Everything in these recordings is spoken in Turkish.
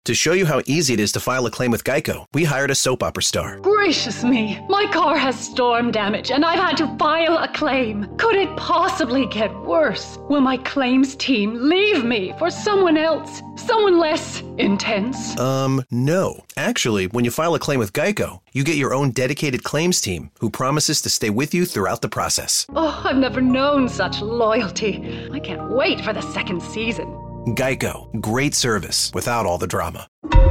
To show you how easy it is to file a claim with Geico, we hired a soap opera star. Gracious me, my car has storm damage and I've had to file a claim. Could it possibly get worse? Will my claims team leave me for someone else? Someone less intense? No. Actually, when you file a claim with Geico, you get your own dedicated claims team who promises to stay with you throughout the process. Oh, I've never known such loyalty. I can't wait for the second season. Geico. Great service without all the drama.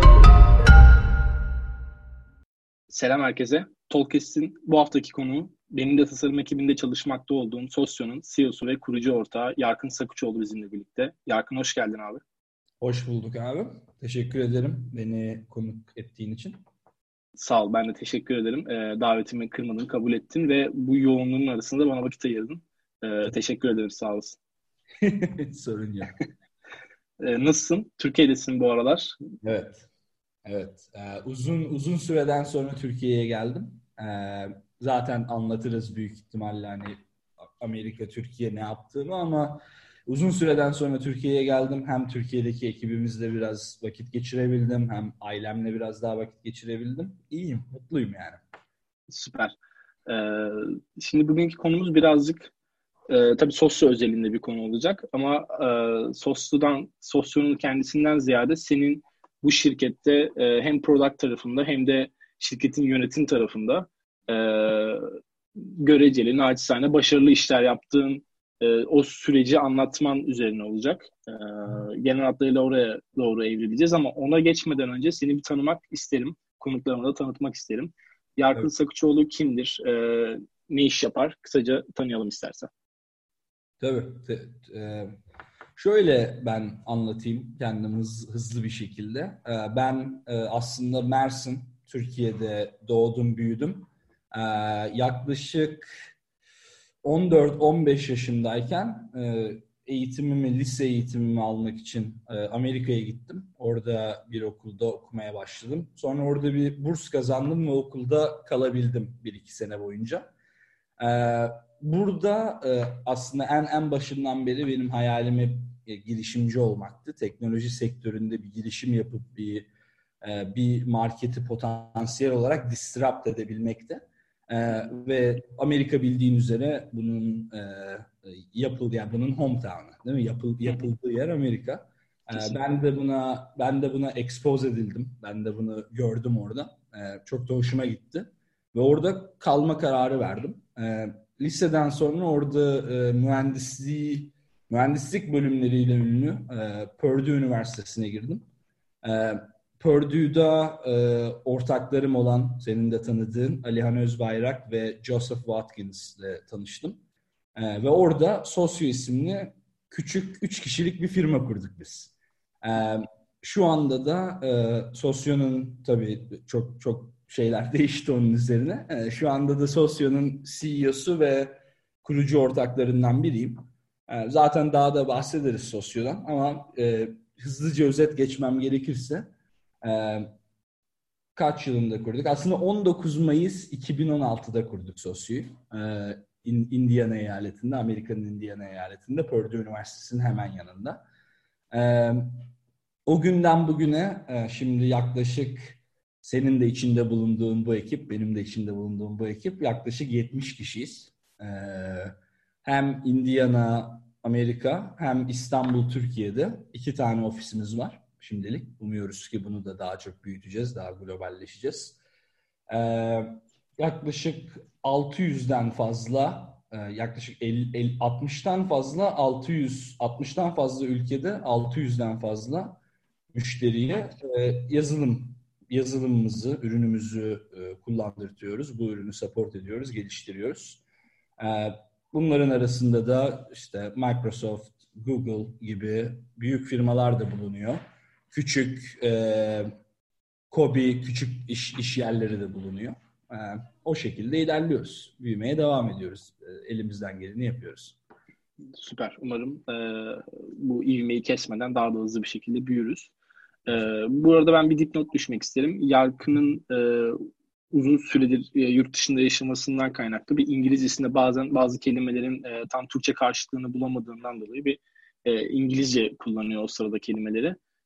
Selam herkese. Talkcast'in bu haftaki konuğu benim de tasarım ekibinde çalışmakta olduğum Sosyo'nun CEO'su ve kurucu ortağı Yarkın Sakıçoğlu bizimle birlikte. Yarkın hoş geldin abi. Hoş bulduk abi. Teşekkür ederim beni konuk ettiğin için. Sağ ol, ben de teşekkür ederim. Davetimi kırmadın, kabul ettin ve bu yoğunluğun arasında bana vakit ayırdın. Teşekkür ederim, sağ olasın. Sorun yok. Nasılsın? Türkiye'desin bu aralar. Evet. Uzun süreden sonra Türkiye'ye geldim. Zaten anlatırız büyük ihtimalle hani Amerika, Türkiye ne yaptığımı ama uzun süreden sonra Türkiye'ye geldim. Hem Türkiye'deki ekibimizle biraz vakit geçirebildim, hem ailemle biraz daha vakit geçirebildim. İyiyim, mutluyum yani. Süper. Şimdi bugünkü konumuz birazcık tabii Sosyo özelinde bir konu olacak ama Sosyo'nun kendisinden ziyade senin bu şirkette hem product tarafında hem de şirketin yönetim tarafında göreceli, naçizane başarılı işler yaptığın o süreci anlatman üzerine olacak. Genel hatlarıyla oraya doğru evrileceğiz ama ona geçmeden önce seni bir tanımak isterim. Konuklarıma da tanıtmak isterim. Yarkın Sakıçoğlu kimdir? Ne iş yapar? Kısaca tanıyalım istersen. Tabii. Şöyle ben anlatayım kendimi hızlı bir şekilde. Ben aslında Mersin, Türkiye'de doğdum, büyüdüm. Yaklaşık 14-15 yaşındayken lise eğitimimi almak için Amerika'ya gittim. Orada bir okulda okumaya başladım. Sonra orada bir burs kazandım ve okulda kalabildim 1-2 sene boyunca. Burada aslında en başından beri benim hayalim hep girişimci olmaktı. Teknoloji sektöründe bir girişim yapıp bir marketi potansiyel olarak disrupt edebilmekte. Ve Amerika bildiğin üzere bunun bunun hometown'u, değil mi? Yapıldığı yer Amerika. Ben de buna expose edildim. Ben de bunu gördüm orada. Çok da hoşuma gitti. Ve orada kalma kararı verdim. Liseden sonra orada mühendislik bölümleriyle ünlü Purdue Üniversitesi'ne girdim. Purdue'da ortaklarım olan, senin de tanıdığın Alihan Özbayrak ve Joseph Watkins ile tanıştım. Ve orada Sosyo isimli küçük 3 kişilik bir firma kurduk biz. Şu anda da Sosyo'nun tabii çok şeyler değişti onun üzerine. Şu anda da Sosyo'nun CEO'su ve kurucu ortaklarından biriyim. Zaten daha da bahsederiz Sosyo'dan ama hızlıca özet geçmem gerekirse kaç yılında kurduk? Aslında 19 Mayıs 2016'da kurduk Sosyo'yu. Indiana eyaletinde, Amerika'nın Indiana eyaletinde, Purdue Üniversitesi'nin hemen yanında. O günden bugüne şimdi yaklaşık senin de içinde bulunduğun bu ekip, benim de içinde bulunduğum bu ekip yaklaşık 70 kişiyiz. Hem Indiana, Amerika, hem İstanbul, Türkiye'de 2 tane ofisimiz var şimdilik. Umuyoruz ki bunu da daha çok büyüteceğiz, daha globalleşeceğiz. Yaklaşık 600'den fazla, yaklaşık 60'tan fazla, 60'tan fazla ülkede 600'den fazla müşteriye yazılımımızı, ürünümüzü kullandırtıyoruz. Bu ürünü support ediyoruz, geliştiriyoruz. Bunların arasında da işte Microsoft, Google gibi büyük firmalar da bulunuyor. Küçük KOBİ, küçük iş yerleri de bulunuyor. O şekilde ilerliyoruz. Büyümeye devam ediyoruz. Elimizden geleni yapıyoruz. Süper. Umarım bu ivmeyi kesmeden daha da hızlı bir şekilde büyürüz. Bu arada ben bir dipnot düşmek isterim. Yarkın'ın uzun süredir yurt dışında yaşamasından kaynaklı bir İngilizcesinde bazen bazı kelimelerin tam Türkçe karşılığını bulamadığından dolayı bir İngilizce kullanıyor o sırada kelimeleri.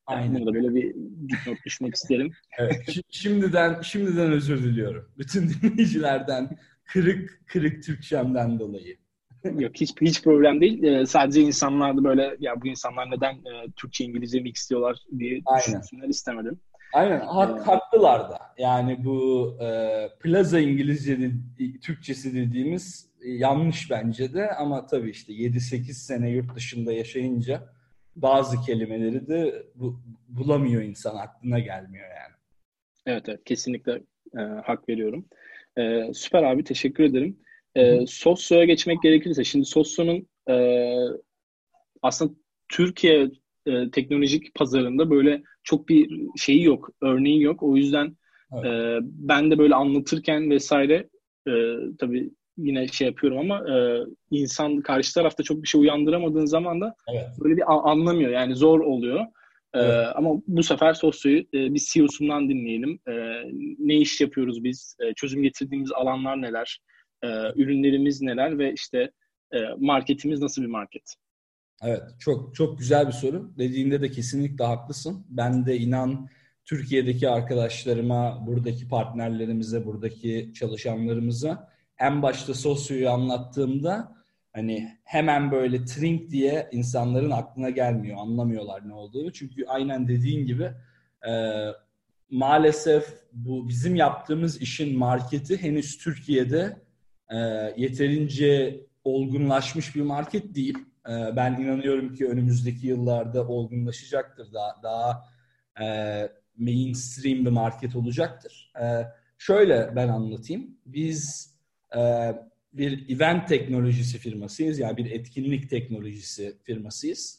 Aynen. Bunu da böyle bir dipnot düşmek isterim. Evet. Şimdiden özür diliyorum. Bütün dinleyicilerden kırık Türkçemden dolayı. Yok, hiç problem değil. Sadece insanlar da böyle ya bu insanlar neden Türkçe İngilizce mix diyorlar diye düşünsünler istemedim. Aynen. Haklılar da. Yani bu plaza İngilizce Türkçesi dediğimiz yanlış bence de, ama tabii işte 7-8 sene yurt dışında yaşayınca bazı kelimeleri de bulamıyor insan, aklına gelmiyor yani. Evet, kesinlikle hak veriyorum. Süper abi, teşekkür ederim. Sosyo'ya geçmek gerekirse, şimdi Sosyo'nun aslında Türkiye teknolojik pazarında böyle çok bir şeyi yok, örneği yok. O yüzden evet. Ben de böyle anlatırken vesaire tabii yine şey yapıyorum ama insan karşı tarafta çok bir şey uyandıramadığın zaman da evet. Böyle bir anlamıyor. Yani zor oluyor. Evet. Ama bu sefer Sosyo'yu biz CEO'sundan dinleyelim. Ne iş yapıyoruz biz? Çözüm getirdiğimiz alanlar neler? Ürünlerimiz neler? Ve işte marketimiz nasıl bir market? Evet, çok güzel bir soru. Dediğinde de kesinlikle haklısın. Ben de inan Türkiye'deki arkadaşlarıma, buradaki partnerlerimize, buradaki çalışanlarımıza en başta Sosyo'yu anlattığımda hani hemen böyle Trink diye insanların aklına gelmiyor, anlamıyorlar ne olduğunu. Çünkü aynen dediğin gibi maalesef bu bizim yaptığımız işin marketi henüz Türkiye'de yeterince olgunlaşmış bir market değil. Ben inanıyorum ki önümüzdeki yıllarda olgunlaşacaktır. Daha mainstream bir market olacaktır. Şöyle ben anlatayım. Biz bir event teknolojisi firmasıyız. Yani bir etkinlik teknolojisi firmasıyız.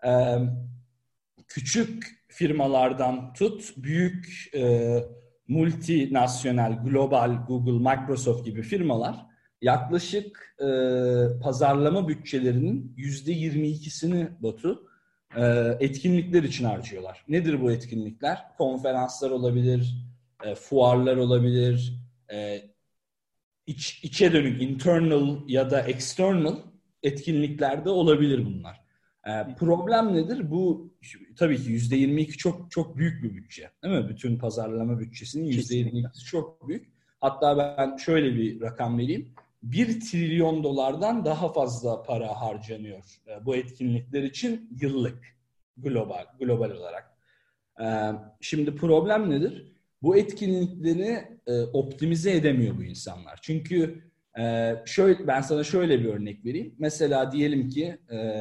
Küçük firmalardan tut, büyük multinasyonel, global, Google, Microsoft gibi firmalar yaklaşık pazarlama bütçelerinin %22'sini Batu etkinlikler için harcıyorlar. Nedir bu etkinlikler? Konferanslar olabilir, fuarlar olabilir, içe dönük, internal ya da external etkinliklerde olabilir bunlar. Problem nedir? Bu tabii ki %22 çok büyük bir bütçe. Değil mi? Bütün pazarlama bütçesinin %22'si çok büyük. Hatta ben şöyle bir rakam vereyim. 1 trilyon dolardan daha fazla para harcanıyor bu etkinlikler için yıllık global olarak. Şimdi problem nedir? Bu etkinlikleri optimize edemiyor bu insanlar. Çünkü ben sana şöyle bir örnek vereyim. Mesela diyelim ki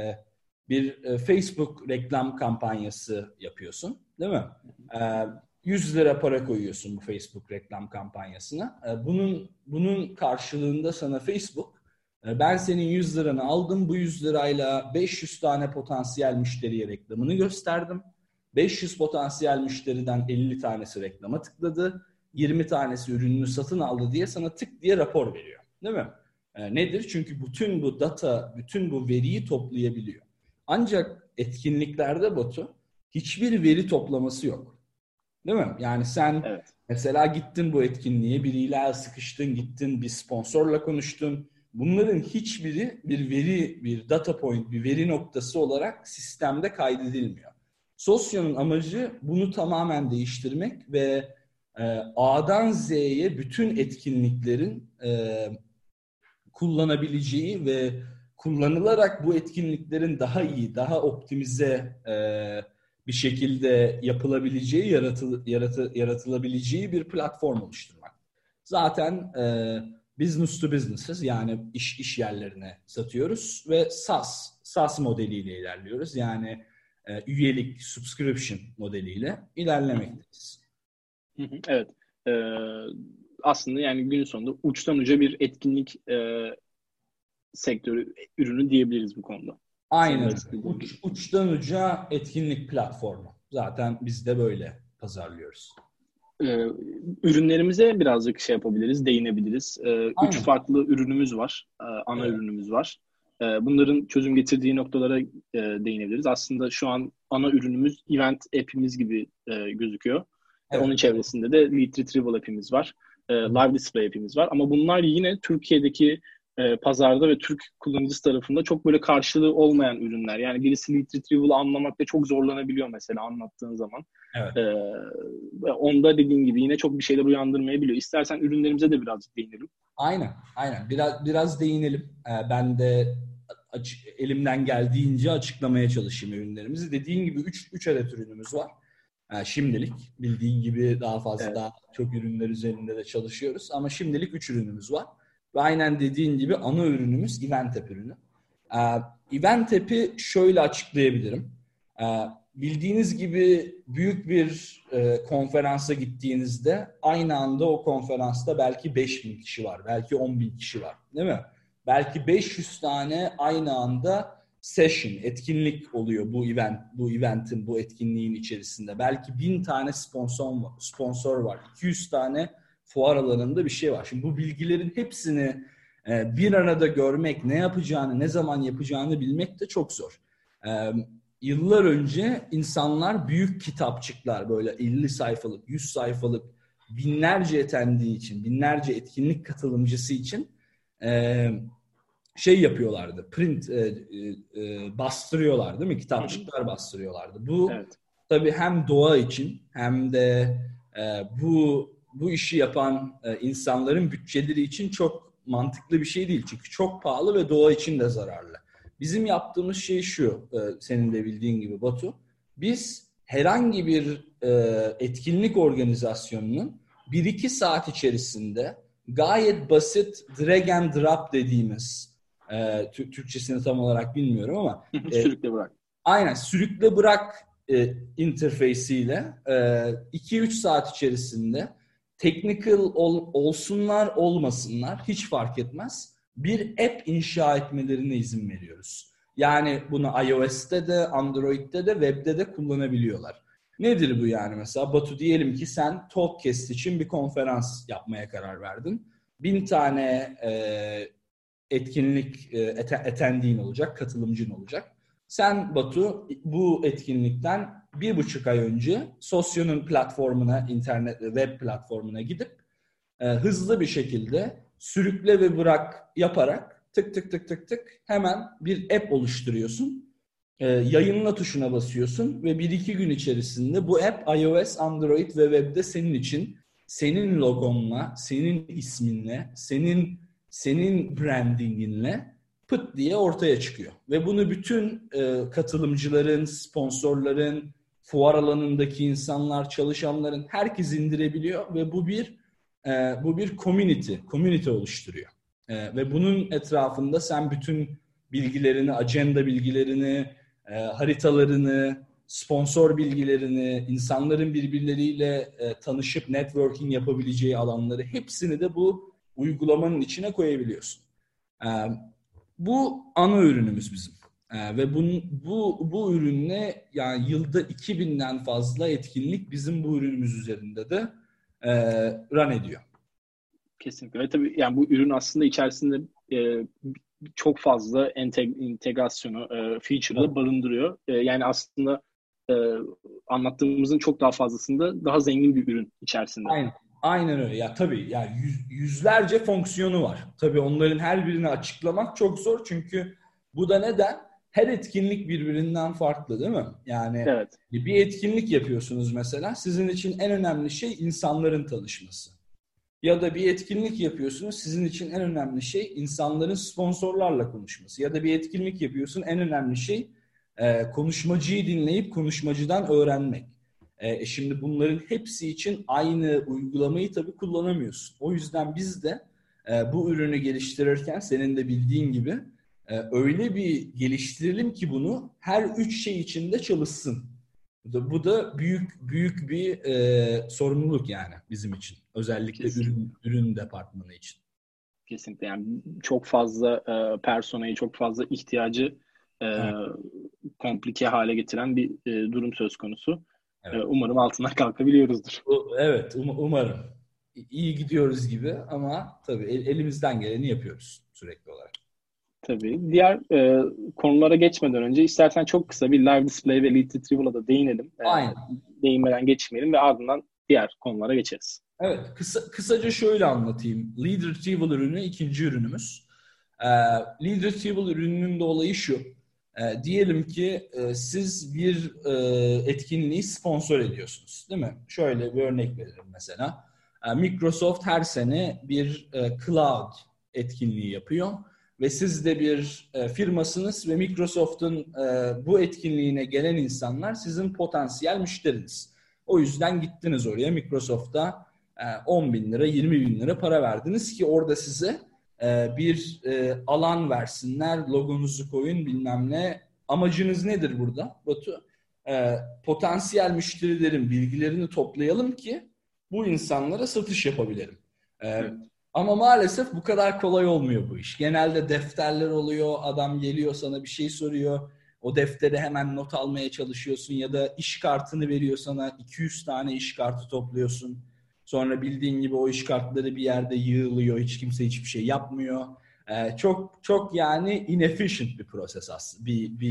bir Facebook reklam kampanyası yapıyorsun, değil mi? 100 lira para koyuyorsun bu Facebook reklam kampanyasına. Bunun karşılığında sana Facebook, ben senin 100 liranı aldım, bu 100 lirayla 500 tane potansiyel müşteriye reklamını gösterdim. 500 potansiyel müşteriden 50 tanesi reklama tıkladı, 20 tanesi ürününü satın aldı diye sana tık diye rapor veriyor. Değil mi? Nedir? Çünkü bütün bu data, bütün bu veriyi toplayabiliyor. Ancak etkinliklerde Batu hiçbir veri toplaması yok. Değil mi? Yani sen mesela gittin bu etkinliğe, biriyle sıkıştın, gittin bir sponsorla konuştun. Bunların hiçbiri bir data point, bir veri noktası olarak sistemde kaydedilmiyor. Sosyo'nun amacı bunu tamamen değiştirmek ve A'dan Z'ye bütün etkinliklerin kullanabileceği ve kullanılarak bu etkinliklerin daha iyi, daha optimize bir şekilde yapılabileceği, yaratılabileceği bir platform oluşturmak. Zaten business to business'ız, yani iş yerlerine satıyoruz ve SaaS modeliyle ilerliyoruz. Yani üyelik, subscription modeliyle ilerlemekteyiz. Evet. Aslında yani günün sonunda uçtan uca bir etkinlik sektörü ürünü diyebiliriz bu konuda. Aynen. Uçtan uca etkinlik platformu. Zaten biz de böyle pazarlıyoruz. Ürünlerimize birazcık şey yapabiliriz, değinebiliriz. 3 farklı ürünümüz var. Ana ürünümüz var. Bunların çözüm getirdiği noktalara değinebiliriz. Aslında şu an ana ürünümüz event app'imiz gibi gözüküyor. Evet. Onun çevresinde de lead retrieval app'imiz var. Live display app'imiz var. Ama bunlar yine Türkiye'deki pazarda ve Türk kullanıcısı tarafında çok böyle karşılığı olmayan ürünler. Yani birisi lead retrieval'ı anlamakta çok zorlanabiliyor mesela anlattığın zaman. Evet. Onda dediğin gibi yine çok bir şeyler uyandırmayabiliyor. İstersen ürünlerimize de birazcık değinelim. Aynen. Biraz değinelim. Ben de elimden geldiğince açıklamaya çalışayım ürünlerimizi. Dediğin gibi 3 adet ürünümüz var. Şimdilik bildiğin gibi daha fazla Evet. daha çok ürünler üzerinde de çalışıyoruz. Ama şimdilik 3 ürünümüz var. Ve aynen dediğin gibi ana ürünümüz Eventep ürünü. Eventep'i şöyle açıklayabilirim. Bildiğiniz gibi büyük bir konferansa gittiğinizde aynı anda o konferansta belki 5.000 kişi var. Belki 10.000 kişi var. Değil mi? Belki 500 tane aynı anda session, etkinlik oluyor bu eventin, bu etkinliğin içerisinde. Belki 1000 tane sponsor var. 200 tane fuar alanında bir şey var. Şimdi bu bilgilerin hepsini bir arada görmek, ne yapacağını, ne zaman yapacağını bilmek de çok zor. Yıllar önce insanlar büyük kitapçıklar, böyle 50 sayfalık, 100 sayfalık, binlerce attendee'yi için, binlerce etkinlik katılımcısı için şey yapıyorlardı, print bastırıyorlar değil mi? Kitapçıklar bastırıyorlardı. Bu evet. Tabii hem doğa için hem de bu işi yapan insanların bütçeleri için çok mantıklı bir şey değil. Çünkü çok pahalı ve doğa için de zararlı. Bizim yaptığımız şey şu, senin de bildiğin gibi Batu. Biz herhangi bir etkinlik organizasyonunun 1-2 saat içerisinde gayet basit drag and drop dediğimiz, Türkçesini tam olarak bilmiyorum ama sürükle bırak. Aynen, sürükle bırak interfeysiyle 2-3 saat içerisinde technical olsunlar olmasınlar hiç fark etmez, bir app inşa etmelerine izin veriyoruz. Yani bunu iOS'te de, Android'de de, web'de de kullanabiliyorlar. Nedir bu yani mesela? Batu, diyelim ki sen Talkcast için bir konferans yapmaya karar verdin. 1000 tane etkinlik attendee'in olacak, katılımcın olacak. Sen Batu bu etkinlikten 1,5 ay önce Sosyo'nun platformuna, internet ve web platformuna gidip hızlı bir şekilde sürükle ve bırak yaparak tık tık tık tık tık hemen bir app oluşturuyorsun. Yayınla tuşuna basıyorsun ve 1-2 gün içerisinde bu app iOS, Android ve web'de senin için, senin logonla, senin isminle, senin brandinginle pıt diye ortaya çıkıyor. Ve bunu bütün katılımcıların, sponsorların, fuar alanındaki insanlar, çalışanların, herkes indirebiliyor ve bu bir community oluşturuyor. Ve bunun etrafında sen bütün bilgilerini, agenda bilgilerini, haritalarını, sponsor bilgilerini, insanların birbirleriyle tanışıp networking yapabileceği alanları, hepsini de bu uygulamanın içine koyabiliyorsun. Bu ana ürünümüz bizim. Ve bu ürünle yani yılda 2000'den fazla etkinlik bizim bu ürünümüz üzerinde de run ediyor. Kesinlikle. Ve tabii yani bu ürün aslında içerisinde çok fazla entegrasyonu, feature'ı barındırıyor. Yani aslında anlattığımızın çok daha fazlasında daha zengin bir ürün içerisinde. Aynen öyle. Ya tabii yani yüzlerce fonksiyonu var. Tabii onların her birini açıklamak çok zor. Çünkü bu da neden? Her etkinlik birbirinden farklı değil mi? Yani evet. Bir etkinlik yapıyorsunuz mesela. Sizin için en önemli şey insanların tanışması. Ya da bir etkinlik yapıyorsunuz. Sizin için en önemli şey insanların sponsorlarla konuşması. Ya da bir etkinlik yapıyorsun. En önemli şey konuşmacıyı dinleyip konuşmacıdan öğrenmek. Şimdi bunların hepsi için aynı uygulamayı tabii kullanamıyorsun. O yüzden biz de bu ürünü geliştirirken senin de bildiğin gibi öyle bir geliştirelim ki bunu her 3 şey içinde çalışsın. Bu da büyük bir sorumluluk yani bizim için. Özellikle ürün departmanı için. Kesinlikle, yani çok fazla personayı, çok fazla ihtiyacı komplike hale getiren bir durum söz konusu. Evet. Umarım altından kalkabiliyoruzdur. Evet, umarım. İyi gidiyoruz gibi ama tabii elimizden geleni yapıyoruz sürekli olarak. Tabii. Diğer konulara geçmeden önce istersen çok kısa bir live display ve lead retrieval'a da değinelim. Aynen. Değinmeden geçmeyelim ve ardından diğer konulara geçeriz. Evet. Kısaca şöyle anlatayım. Lead retrieval ürünü ikinci ürünümüz. Leadertable ürününün de olayı şu. Diyelim ki siz bir etkinliği sponsor ediyorsunuz, değil mi? Şöyle bir örnek verelim mesela. Microsoft her sene bir cloud etkinliği yapıyor ve siz de bir firmasınız ve Microsoft'un bu etkinliğine gelen insanlar sizin potansiyel müşteriniz. O yüzden gittiniz oraya, Microsoft'a 10 bin lira, 20 bin lira para verdiniz ki orada size bir alan versinler, logonuzu koyun bilmem ne. Amacınız nedir burada Batu? Potansiyel müşterilerin bilgilerini toplayalım ki bu insanlara satış yapabilelim. Ama maalesef bu kadar kolay olmuyor bu iş. Genelde defterler oluyor, adam geliyor sana bir şey soruyor. O deftere hemen not almaya çalışıyorsun ya da iş kartını veriyor sana, 200 tane iş kartı topluyorsun. Sonra bildiğin gibi o iş kartları bir yerde yığılıyor. Hiç kimse hiçbir şey yapmıyor. Çok yani inefficient bir proses aslında.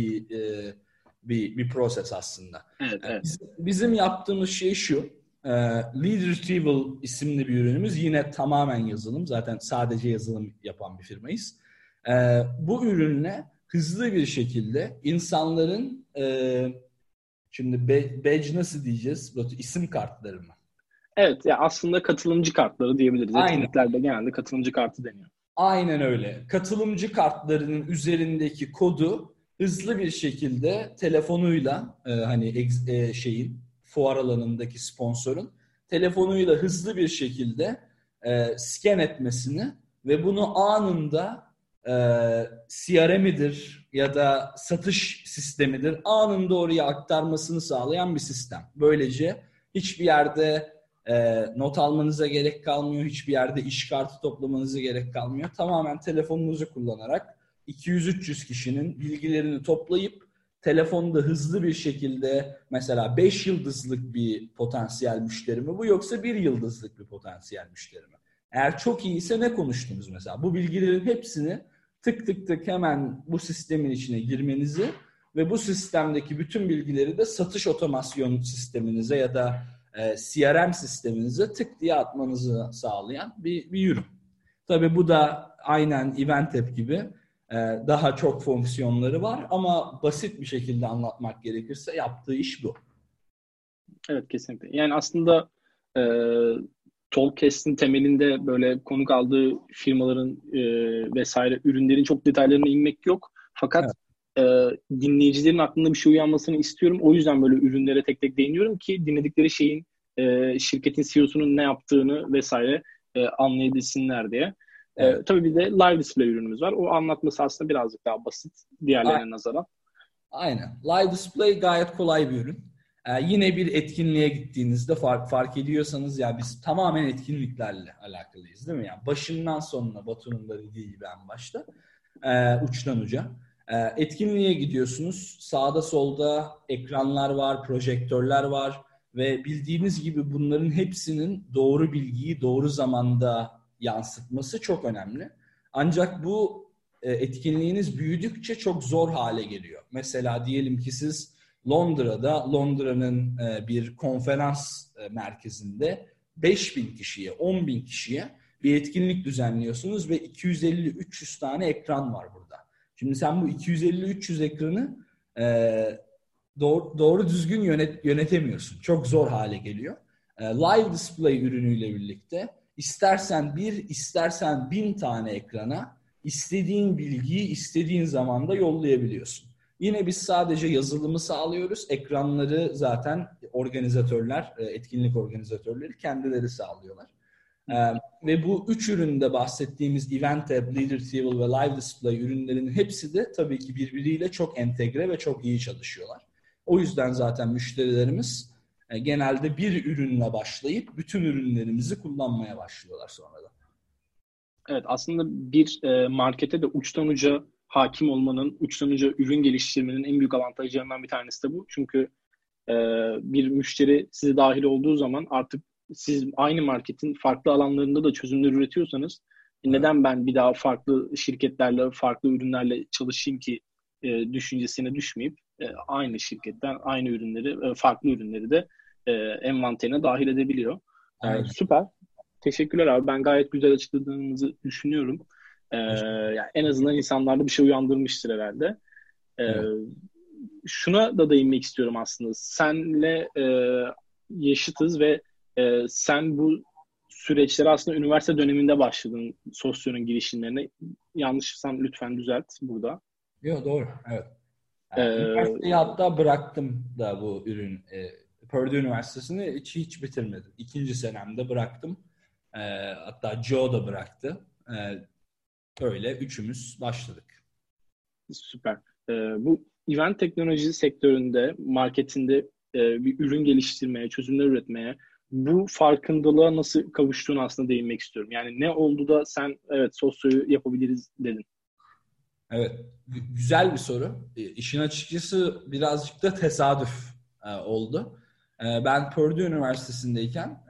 Bir proses aslında. Evet. Bizim yaptığımız şey şu. Leadertable isimli bir ürünümüz. Yine tamamen yazılım. Zaten sadece yazılım yapan bir firmayız. Bu ürünle hızlı bir şekilde insanların şimdi badge nasıl diyeceğiz? İsim kartları mı? Evet, ya aslında katılımcı kartları diyebiliriz. Aynen. Etkinliklerde genelde katılımcı kartı deniyor. Aynen öyle. Katılımcı kartlarının üzerindeki kodu hızlı bir şekilde telefonuyla fuar alanındaki sponsorun telefonuyla hızlı bir şekilde scan etmesini ve bunu anında CRM'idir ya da satış sistemidir anında oraya aktarmasını sağlayan bir sistem. Böylece hiçbir yerde not almanıza gerek kalmıyor. Hiçbir yerde iş kartı toplamanıza gerek kalmıyor. Tamamen telefonunuzu kullanarak 200-300 kişinin bilgilerini toplayıp telefonda hızlı bir şekilde mesela 5 yıldızlık bir potansiyel müşteri mi bu yoksa 1 yıldızlık bir potansiyel müşteri mi? Eğer çok iyiyse ne konuştunuz mesela? Bu bilgilerin hepsini tık tık tık hemen bu sistemin içine girmenizi ve bu sistemdeki bütün bilgileri de satış otomasyon sisteminize ya da CRM sisteminize tık diye atmanızı sağlayan bir ürün. Tabii bu da aynen Eventab gibi daha çok fonksiyonları var ama basit bir şekilde anlatmak gerekirse yaptığı iş bu. Evet, kesinlikle. Yani aslında Talkcast'in temelinde böyle konuk aldığı firmaların vesaire ürünlerin çok detaylarına inmek yok. Fakat dinleyicilerin aklında bir şey uyanmasını istiyorum. O yüzden böyle ürünlere tek tek değiniyorum ki dinledikleri şeyin şirketin CEO'sunun ne yaptığını vesaire anlayabilsinler diye. Tabii bir de Live Display ürünümüz var. O anlatması aslında birazcık daha basit diğerlerine nazaran. Aynen. Live Display gayet kolay bir ürün. Yine bir etkinliğe gittiğinizde fark ediyorsanız ya biz tamamen etkinliklerle alakalıyız değil mi? Yani başından sonuna Batu'nun da dediği gibi en başta uçtan uca. Etkinliğe gidiyorsunuz. Sağda solda ekranlar var, projektörler var ve bildiğiniz gibi bunların hepsinin doğru bilgiyi doğru zamanda yansıtması çok önemli. Ancak bu etkinliğiniz büyüdükçe çok zor hale geliyor. Mesela diyelim ki siz Londra'nın bir konferans merkezinde 5.000 kişiye, 10.000 kişiye bir etkinlik düzenliyorsunuz ve 250-300 tane ekran var burada. Şimdi sen bu 250-300 ekranı doğru düzgün yönetemiyorsun. Çok zor hale geliyor. Live Display ürünüyle birlikte istersen 1000 tane ekrana istediğin bilgiyi istediğin zamanda yollayabiliyorsun. Yine biz sadece yazılımı sağlıyoruz. Ekranları zaten organizatörler, etkinlik organizatörleri kendileri sağlıyorlar. Ve bu 3 üründe bahsettiğimiz Eventab, Leadertable ve Live Display ürünlerinin hepsi de tabii ki birbiriyle çok entegre ve çok iyi çalışıyorlar. O yüzden zaten müşterilerimiz genelde bir ürünle başlayıp bütün ürünlerimizi kullanmaya başlıyorlar sonradan. Evet, aslında bir markete de uçtan uca hakim olmanın, uçtan uca ürün geliştirmenin en büyük avantajlarından bir tanesi de bu. Çünkü bir müşteri size dahil olduğu zaman artık siz aynı marketin farklı alanlarında da çözümler üretiyorsanız neden ben bir daha farklı şirketlerle, farklı ürünlerle çalışayım ki düşüncesine düşmeyip aynı şirketten aynı ürünleri, farklı ürünleri de envanterine dahil edebiliyor. Süper. Teşekkürler abi. Ben gayet güzel açıkladığınızı düşünüyorum. Yani en azından insanlarda bir şey uyandırmıştır herhalde. Evet. Şuna da değinmek istiyorum aslında. Senle yaşıtız ve sen bu süreçlere aslında üniversite döneminde başladın Sosyonun girişimlerine. Yanlışsam lütfen düzelt burada. Yok, doğru. Evet. Yani Ee, üniversiteyi hatta bıraktım da bu Purdue Üniversitesi'ni hiç bitirmedim. 2. senemde bıraktım. Hatta Joe da bıraktı. Öyle üçümüz başladık. Süper. Bu event teknolojisi sektöründe, marketinde bir ürün geliştirmeye, çözümler üretmeye, bu farkındalığa nasıl kavuştuğunu aslında değinmek istiyorum. Yani ne oldu da sen evet Sosyo'yu yapabiliriz dedin. Evet, güzel bir soru. İşin açıkçası birazcık da tesadüf oldu. Ben Purdue Üniversitesi'ndeyken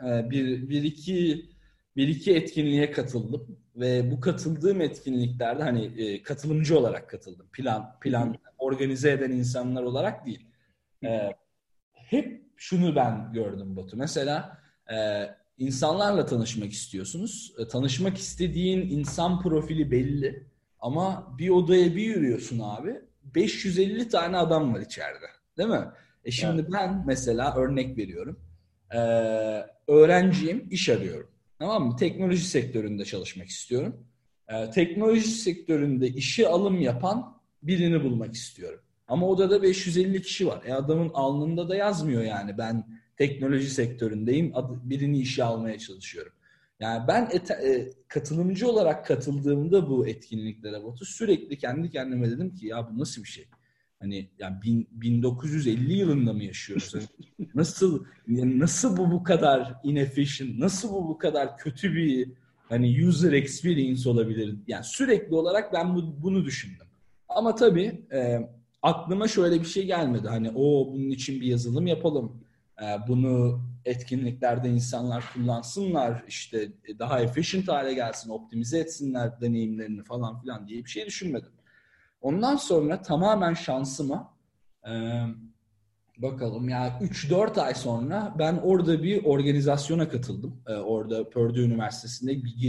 bir iki etkinliğe katıldım ve bu katıldığım etkinliklerde hani katılımcı olarak katıldım. Plan organize eden insanlar olarak değil. Hep şunu ben gördüm Batu. Mesela insanlarla tanışmak istiyorsunuz. Tanışmak istediğin insan profili belli. Ama bir odaya bir yürüyorsun abi. 550 tane adam var içeride. Değil mi? Şimdi Evet. ben mesela örnek veriyorum. Öğrenciyim, iş arıyorum. Tamam mı? Teknoloji sektöründe çalışmak istiyorum. Teknoloji sektöründe işe alım yapan birini bulmak istiyorum. Ama odada 550 kişi var. Adamın alnında da yazmıyor yani ben teknoloji sektöründeyim, birini işe almaya çalışıyorum. Yani ben katılımcı olarak katıldığımda bu etkinliklere Batu sürekli kendi kendime dedim ki ya bu nasıl bir şey? Hani yani 1950 yılında mı yaşıyoruz? Hani nasıl bu kadar inefficient, nasıl bu kadar kötü bir hani user experience olabilir? Yani sürekli olarak ben bunu düşündüm. Ama tabii aklıma şöyle bir şey gelmedi. Hani bunun için bir yazılım yapalım. Bunu etkinliklerde insanlar kullansınlar, işte daha efficient hale gelsin, optimize etsinler deneyimlerini falan filan diye bir şey düşünmedim. Ondan sonra tamamen şansıma bakalım ya 3-4 ay sonra ben orada bir organizasyona katıldım. Orada Purdue Üniversitesi'nde bir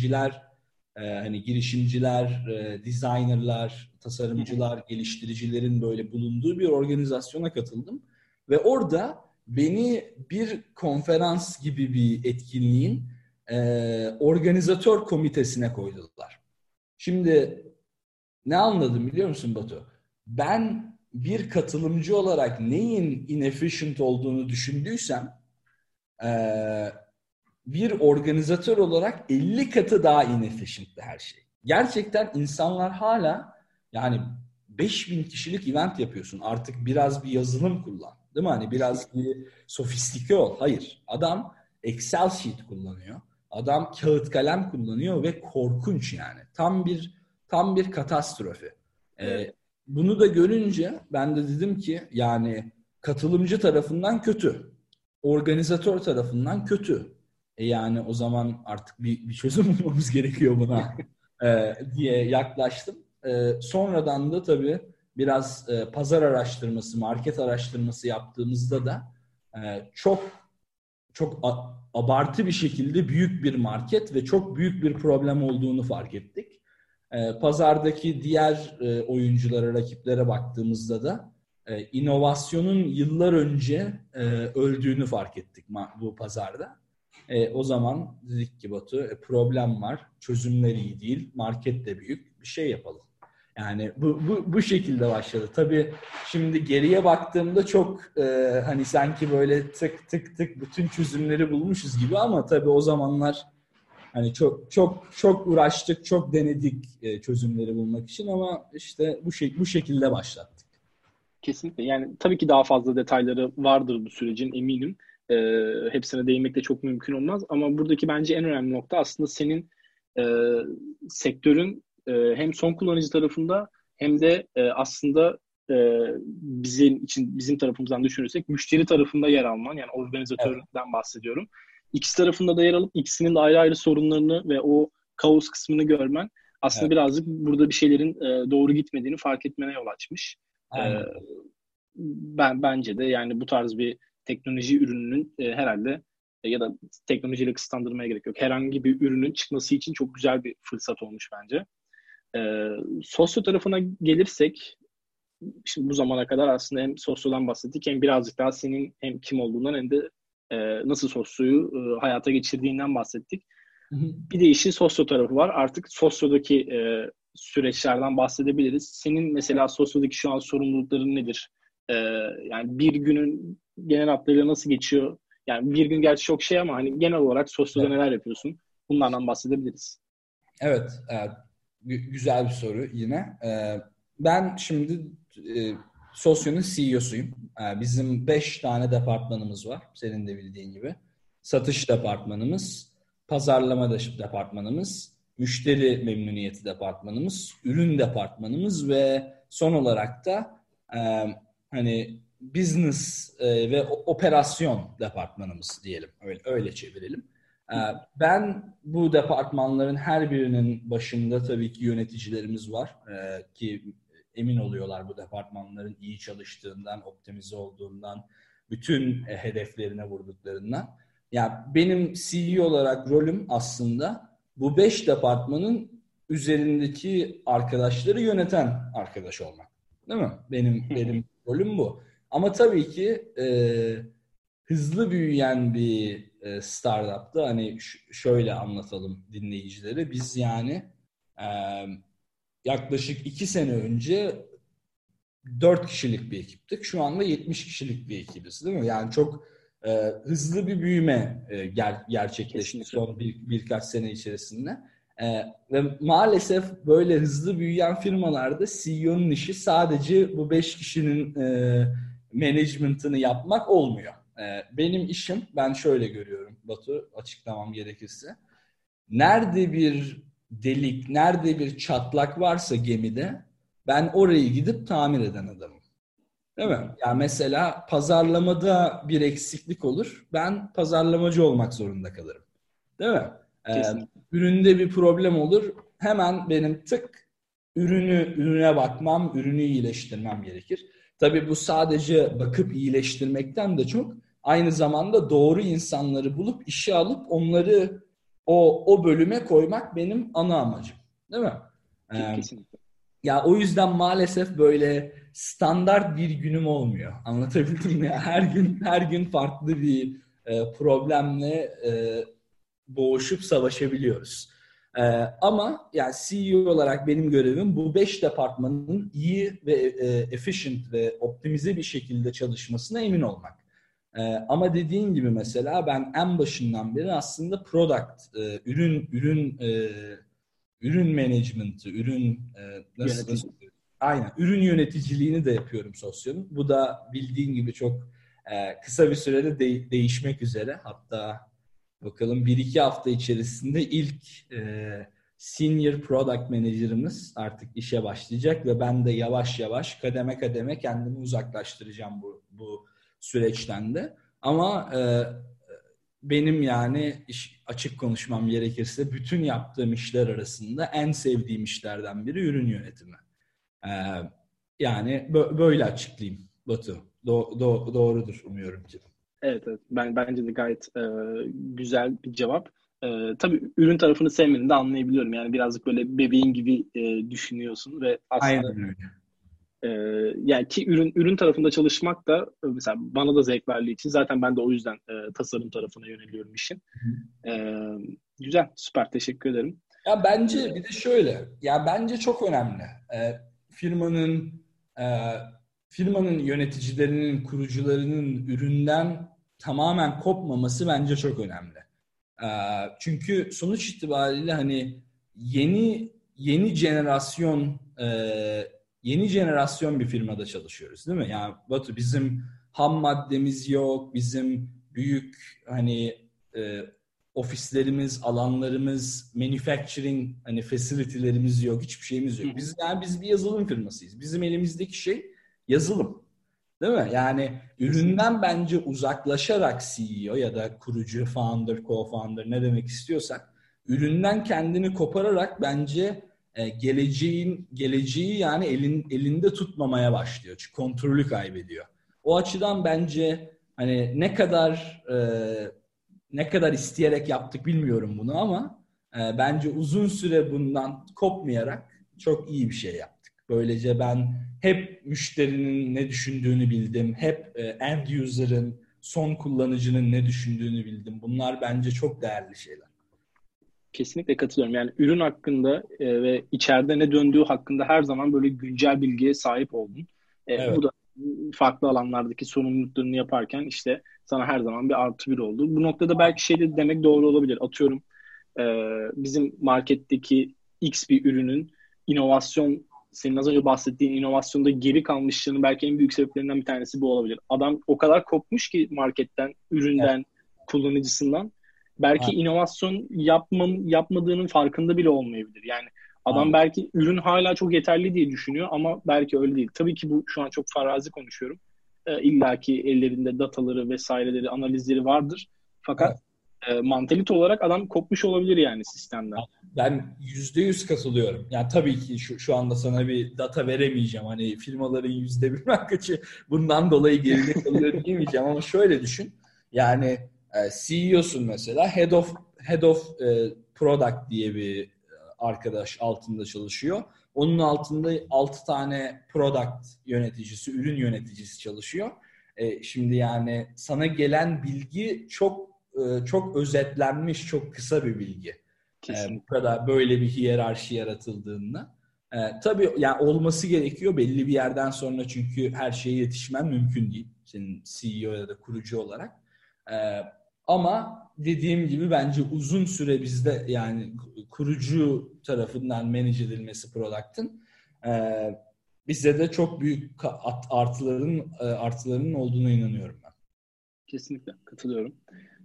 girişimciler, designerlar, tasarımcılar, geliştiricilerin böyle bulunduğu bir organizasyona katıldım. Ve orada beni bir konferans gibi bir etkinliğin organizatör komitesine koydular. Şimdi ne anladım biliyor musun Batu? Ben bir katılımcı olarak neyin inefficient olduğunu düşündüysem bir organizatör olarak 50 katı daha inefficient'ti her şey. Gerçekten insanlar hala yani 5.000 kişilik event yapıyorsun. Artık biraz bir yazılım kullan. Değil mi? Hani biraz bir sofistike ol. Hayır. Adam Excel sheet kullanıyor. Adam kağıt kalem kullanıyor ve korkunç yani. Tam bir katastrofi. Evet. Bunu da görünce ben de dedim ki yani katılımcı tarafından kötü. Organizatör tarafından kötü. Yani o zaman artık bir çözüm bulmamız gerekiyor buna diye yaklaştım. Sonradan da tabii biraz pazar araştırması, market araştırması yaptığımızda da çok abartı bir şekilde büyük bir market ve çok büyük bir problem olduğunu fark ettik. Pazardaki diğer oyunculara, rakiplere baktığımızda da inovasyonun yıllar önce öldüğünü fark ettik bu pazarda. O zaman dedik ki Batu problem var, çözümler iyi değil, market de büyük, bir şey yapalım. Yani bu şekilde başladı. Tabii şimdi geriye baktığımda çok hani sanki böyle tık tık tık bütün çözümleri bulmuşuz gibi ama tabii o zamanlar hani çok uğraştık, çok denedik çözümleri bulmak için ama işte bu şekilde başlattık. Kesinlikle. Yani tabii ki daha fazla detayları vardır bu sürecin eminim. Hepsine değinmek de çok mümkün olmaz. Ama buradaki bence en önemli nokta aslında senin e, sektörün hem son kullanıcı tarafında hem de aslında bizim tarafımızdan düşünürsek müşteri tarafında yer alman. Yani Evet, organizatörden bahsediyorum. İkisi tarafında da yer alıp ikisinin de ayrı ayrı sorunlarını ve o kaos kısmını görmen aslında evet. birazcık burada bir şeylerin doğru gitmediğini fark etmene yol açmış. Ee, Aynen. bence de yani bu tarz bir teknoloji ürününün herhalde ya da teknolojiyle kısıtlandırmaya gerek yok. Herhangi bir ürünün çıkması için çok güzel bir fırsat olmuş bence. Sosyo tarafına gelirsek, şimdi bu zamana kadar aslında hem sosyodan bahsettik hem birazcık daha senin hem kim olduğundan hem de nasıl sosyoyu hayata geçirdiğinden bahsettik. Bir de işin sosyo tarafı var. Artık sosyodaki süreçlerden bahsedebiliriz. Senin mesela sosyodaki şu an sorumlulukların nedir? Yani bir günün genel hatlarıyla nasıl geçiyor? Yani bir gün gerçi çok şey ama hani genel olarak sosyoda neler yapıyorsun? Bunlardan bahsedebiliriz. Evet, güzel bir soru yine. Ben şimdi Sosyo'nun CEO'suyum. Bizim 5 tane departmanımız var, senin de bildiğin gibi. Satış departmanımız, pazarlama departmanımız, müşteri memnuniyeti departmanımız, ürün departmanımız ve son olarak da hani business ve operasyon departmanımız diyelim. Öyle çevirelim. Ben bu departmanların her birinin başında tabii ki yöneticilerimiz var ki emin oluyorlar bu departmanların iyi çalıştığından, optimize olduğundan, bütün hedeflerine vurduklarından. Yani benim CEO olarak rolüm aslında bu 5 departmanın üzerindeki arkadaşları yöneten arkadaş olmak. Değil mi? Benim rolüm bu. Ama tabii ki hızlı büyüyen bir startup'ta hani şöyle anlatalım dinleyicilere. Biz yani yaklaşık 2 sene önce 4 kişilik bir ekiptik. Şu anda 70 kişilik bir ekibiz, değil mi? Yani çok hızlı bir büyüme gerçekleşti son birkaç sene içerisinde. Ve maalesef böyle hızlı büyüyen firmalarda CEO'nun işi sadece bu 5 kişinin management'ını yapmak olmuyor. Benim işim, ben şöyle görüyorum Batu, açıklamam gerekirse. Nerede bir delik, nerede bir çatlak varsa gemide ben orayı gidip tamir eden adamım. Değil mi? Yani mesela pazarlamada bir eksiklik olur. Ben pazarlamacı olmak zorunda kalırım. Değil mi? Üründe bir problem olur. Hemen benim ürüne bakmam, ürünü iyileştirmem gerekir. Tabii bu sadece bakıp iyileştirmekten de çok aynı zamanda doğru insanları bulup işe alıp onları o bölüme koymak benim ana amacım. Değil mi? Kesinlikle. Ya o yüzden maalesef böyle standart bir günüm olmuyor. Anlatabildim mi? Her gün farklı bir problemle boğuşup savaşabiliyoruz. Ama yani CEO olarak benim görevim bu 5 departmanın iyi ve efficient ve optimize bir şekilde çalışmasına emin olmak. Ama dediğin gibi mesela ben en başından beri aslında product, ürün management'ı, aynen ürün yöneticiliğini de yapıyorum Sosyo'nun. Bu da bildiğin gibi çok kısa bir sürede değişmek üzere. Hatta bakalım 1-2 hafta içerisinde ilk senior product manager'ımız artık işe başlayacak ve ben de yavaş yavaş kademe kademe kendimi uzaklaştıracağım bu süreçten de. Ama benim yani açık konuşmam gerekirse bütün yaptığım işler arasında en sevdiğim işlerden biri ürün yönetimi. Yani böyle açıklayayım Batu. Doğrudur umuyorum ki. Evet. Bence de gayet güzel bir cevap. Tabii ürün tarafını sevmeni de anlayabiliyorum. Yani birazcık böyle bebeğin gibi düşünüyorsun ve aslında aynen öyle. Yani ki ürün tarafında çalışmak da mesela bana da zevk verdiği için zaten ben de o yüzden tasarım tarafına yöneliyorum işin. Güzel, süper, teşekkür ederim. Ya bence bir de şöyle, ya bence çok önemli. Firmanın yöneticilerinin, kurucularının üründen tamamen kopmaması bence çok önemli. Çünkü sonuç itibariyle hani yeni jenerasyon bir firmada çalışıyoruz, değil mi? Yani Batu, bizim ham maddemiz yok, bizim büyük hani ofislerimiz, alanlarımız, manufacturing hani facility'lerimiz yok, hiçbir şeyimiz yok. Biz bir yazılım firmasıyız. Bizim elimizdeki şey yazılım. Değil mi? Yani üründen bence uzaklaşarak CEO ya da kurucu, founder, co-founder ne demek istiyorsak üründen kendini kopararak bence geleceği yani elinde tutmamaya başlıyor. Çünkü kontrolü kaybediyor. O açıdan bence hani ne kadar isteyerek yaptık bilmiyorum bunu ama bence uzun süre bundan kopmayarak çok iyi bir şey yaptık. Böylece ben hep müşterinin ne düşündüğünü bildim. Hep end user'ın, son kullanıcının ne düşündüğünü bildim. Bunlar bence çok değerli şeyler. Kesinlikle katılıyorum. Yani ürün hakkında ve içeride ne döndüğü hakkında her zaman böyle güncel bilgiye sahip oldun. Evet. Bu da farklı alanlardaki sorumluluklarını yaparken işte sana her zaman bir artı bir oldu. Bu noktada belki şey de demek doğru olabilir. Atıyorum bizim marketteki X bir ürünün inovasyon, senin az önce bahsettiğin inovasyonda geri kalmışlığının belki en büyük sebeplerinden bir tanesi bu olabilir. Adam o kadar kopmuş ki marketten, üründen, evet, kullanıcısından. Belki inovasyon yapmadığının farkında bile olmayabilir. Yani adam belki ürün hala çok yeterli diye düşünüyor ama belki öyle değil. Tabii ki bu şu an çok farazi konuşuyorum. İlla ki ellerinde dataları vesaireleri, analizleri vardır. Fakat mantalite olarak adam kopmuş olabilir yani sistemden. Ben %100 katılıyorum. Yani tabii ki şu anda sana bir data veremeyeceğim. Hani firmaların %1 kaçı bundan dolayı geride kalıyor diyemeyeceğim ama şöyle düşün. Yani CEO'sun mesela, Head of Product diye bir arkadaş altında çalışıyor. Onun altında 6 tane product yöneticisi, ürün yöneticisi çalışıyor. Şimdi yani sana gelen bilgi çok özetlenmiş, çok kısa bir bilgi. Bu kadar böyle bir hiyerarşi yaratıldığında. Tabii yani olması gerekiyor belli bir yerden sonra çünkü her şeye yetişmen mümkün değil. Senin CEO ya da kurucu olarak. Ama dediğim gibi bence uzun süre bizde yani kurucu tarafından manage edilmesi product'ın bize de çok büyük artılarının olduğuna inanıyorum ben. Kesinlikle katılıyorum.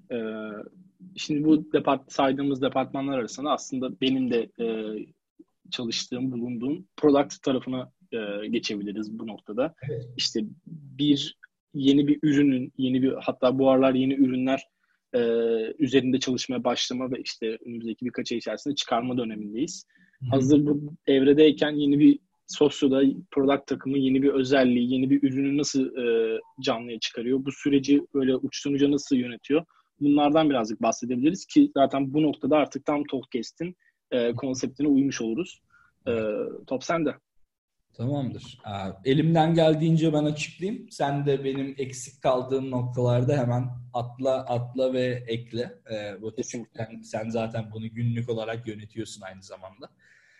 Şimdi bu saydığımız departmanlar arasında aslında benim de çalıştığım, bulunduğum product tarafına geçebiliriz bu noktada. Evet. İşte yeni bir ürünün, hatta bu aralar yeni ürünler üzerinde çalışmaya başlama ve işte önümüzdeki birkaç ay içerisinde çıkarma dönemindeyiz. Hı-hı. Hazır bu evredeyken yeni bir Sosyo'da product takımı yeni bir özelliği, yeni bir ürünü nasıl canlıya çıkarıyor? Bu süreci böyle uçtan uca nasıl yönetiyor? Bunlardan birazcık bahsedebiliriz ki zaten bu noktada artık tam Talkcast'in konseptine uymuş oluruz. Top sende. Tamamdır. Elimden geldiğince ben açıklayayım. Sen de benim eksik kaldığım noktalarda hemen atla ve ekle. Sen zaten bunu günlük olarak yönetiyorsun aynı zamanda.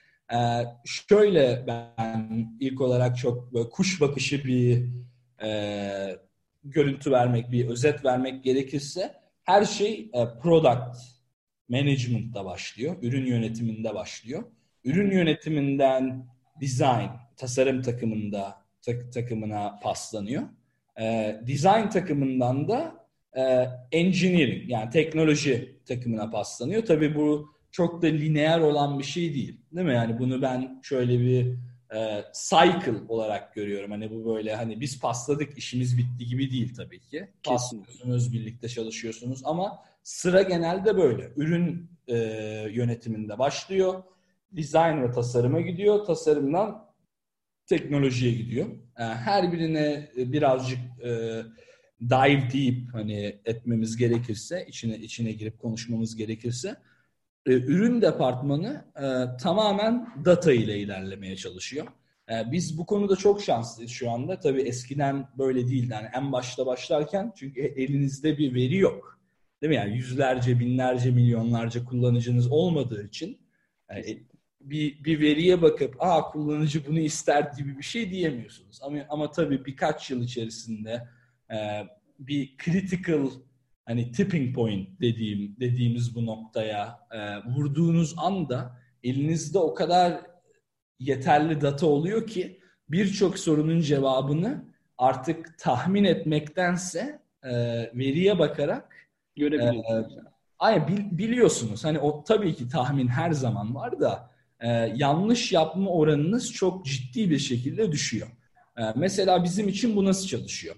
Şöyle ben ilk olarak çok böyle kuş bakışı bir görüntü vermek, bir özet vermek gerekirse her şey product management'ta başlıyor. Ürün yönetiminde başlıyor. Ürün yönetiminden design, tasarım takımına paslanıyor. Design takımından da engineering yani teknoloji takımına paslanıyor. Tabii bu çok da lineer olan bir şey değil. Değil mi? Yani bunu ben şöyle bir cycle olarak görüyorum. Hani bu böyle hani biz pasladık işimiz bitti gibi değil tabii ki. Paslıyorsunuz, birlikte çalışıyorsunuz ama sıra genelde böyle. Ürün yönetiminde başlıyor. Design ve tasarıma gidiyor. Tasarımdan teknolojiye gidiyor. Her birine birazcık dive deep hani etmemiz gerekirse, içine girip konuşmamız gerekirse ürün departmanı tamamen data ile ilerlemeye çalışıyor. Biz bu konuda çok şanslıyız şu anda. Tabii eskiden böyle değildi. Yani en başta başlarken çünkü elinizde bir veri yok. Değil mi? Yani yüzlerce, binlerce, milyonlarca kullanıcınız olmadığı için bir veriye bakıp kullanıcı bunu ister gibi bir şey diyemiyorsunuz. Ama tabii birkaç yıl içerisinde bir critical hani tipping point dediğimiz bu noktaya vurduğunuz anda elinizde o kadar yeterli data oluyor ki birçok sorunun cevabını artık tahmin etmektense veriye bakarak görebiliyorsunuz. Biliyorsunuz. Hani o tabii ki tahmin her zaman var da yanlış yapma oranınız çok ciddi bir şekilde düşüyor. Mesela bizim için bu nasıl çalışıyor?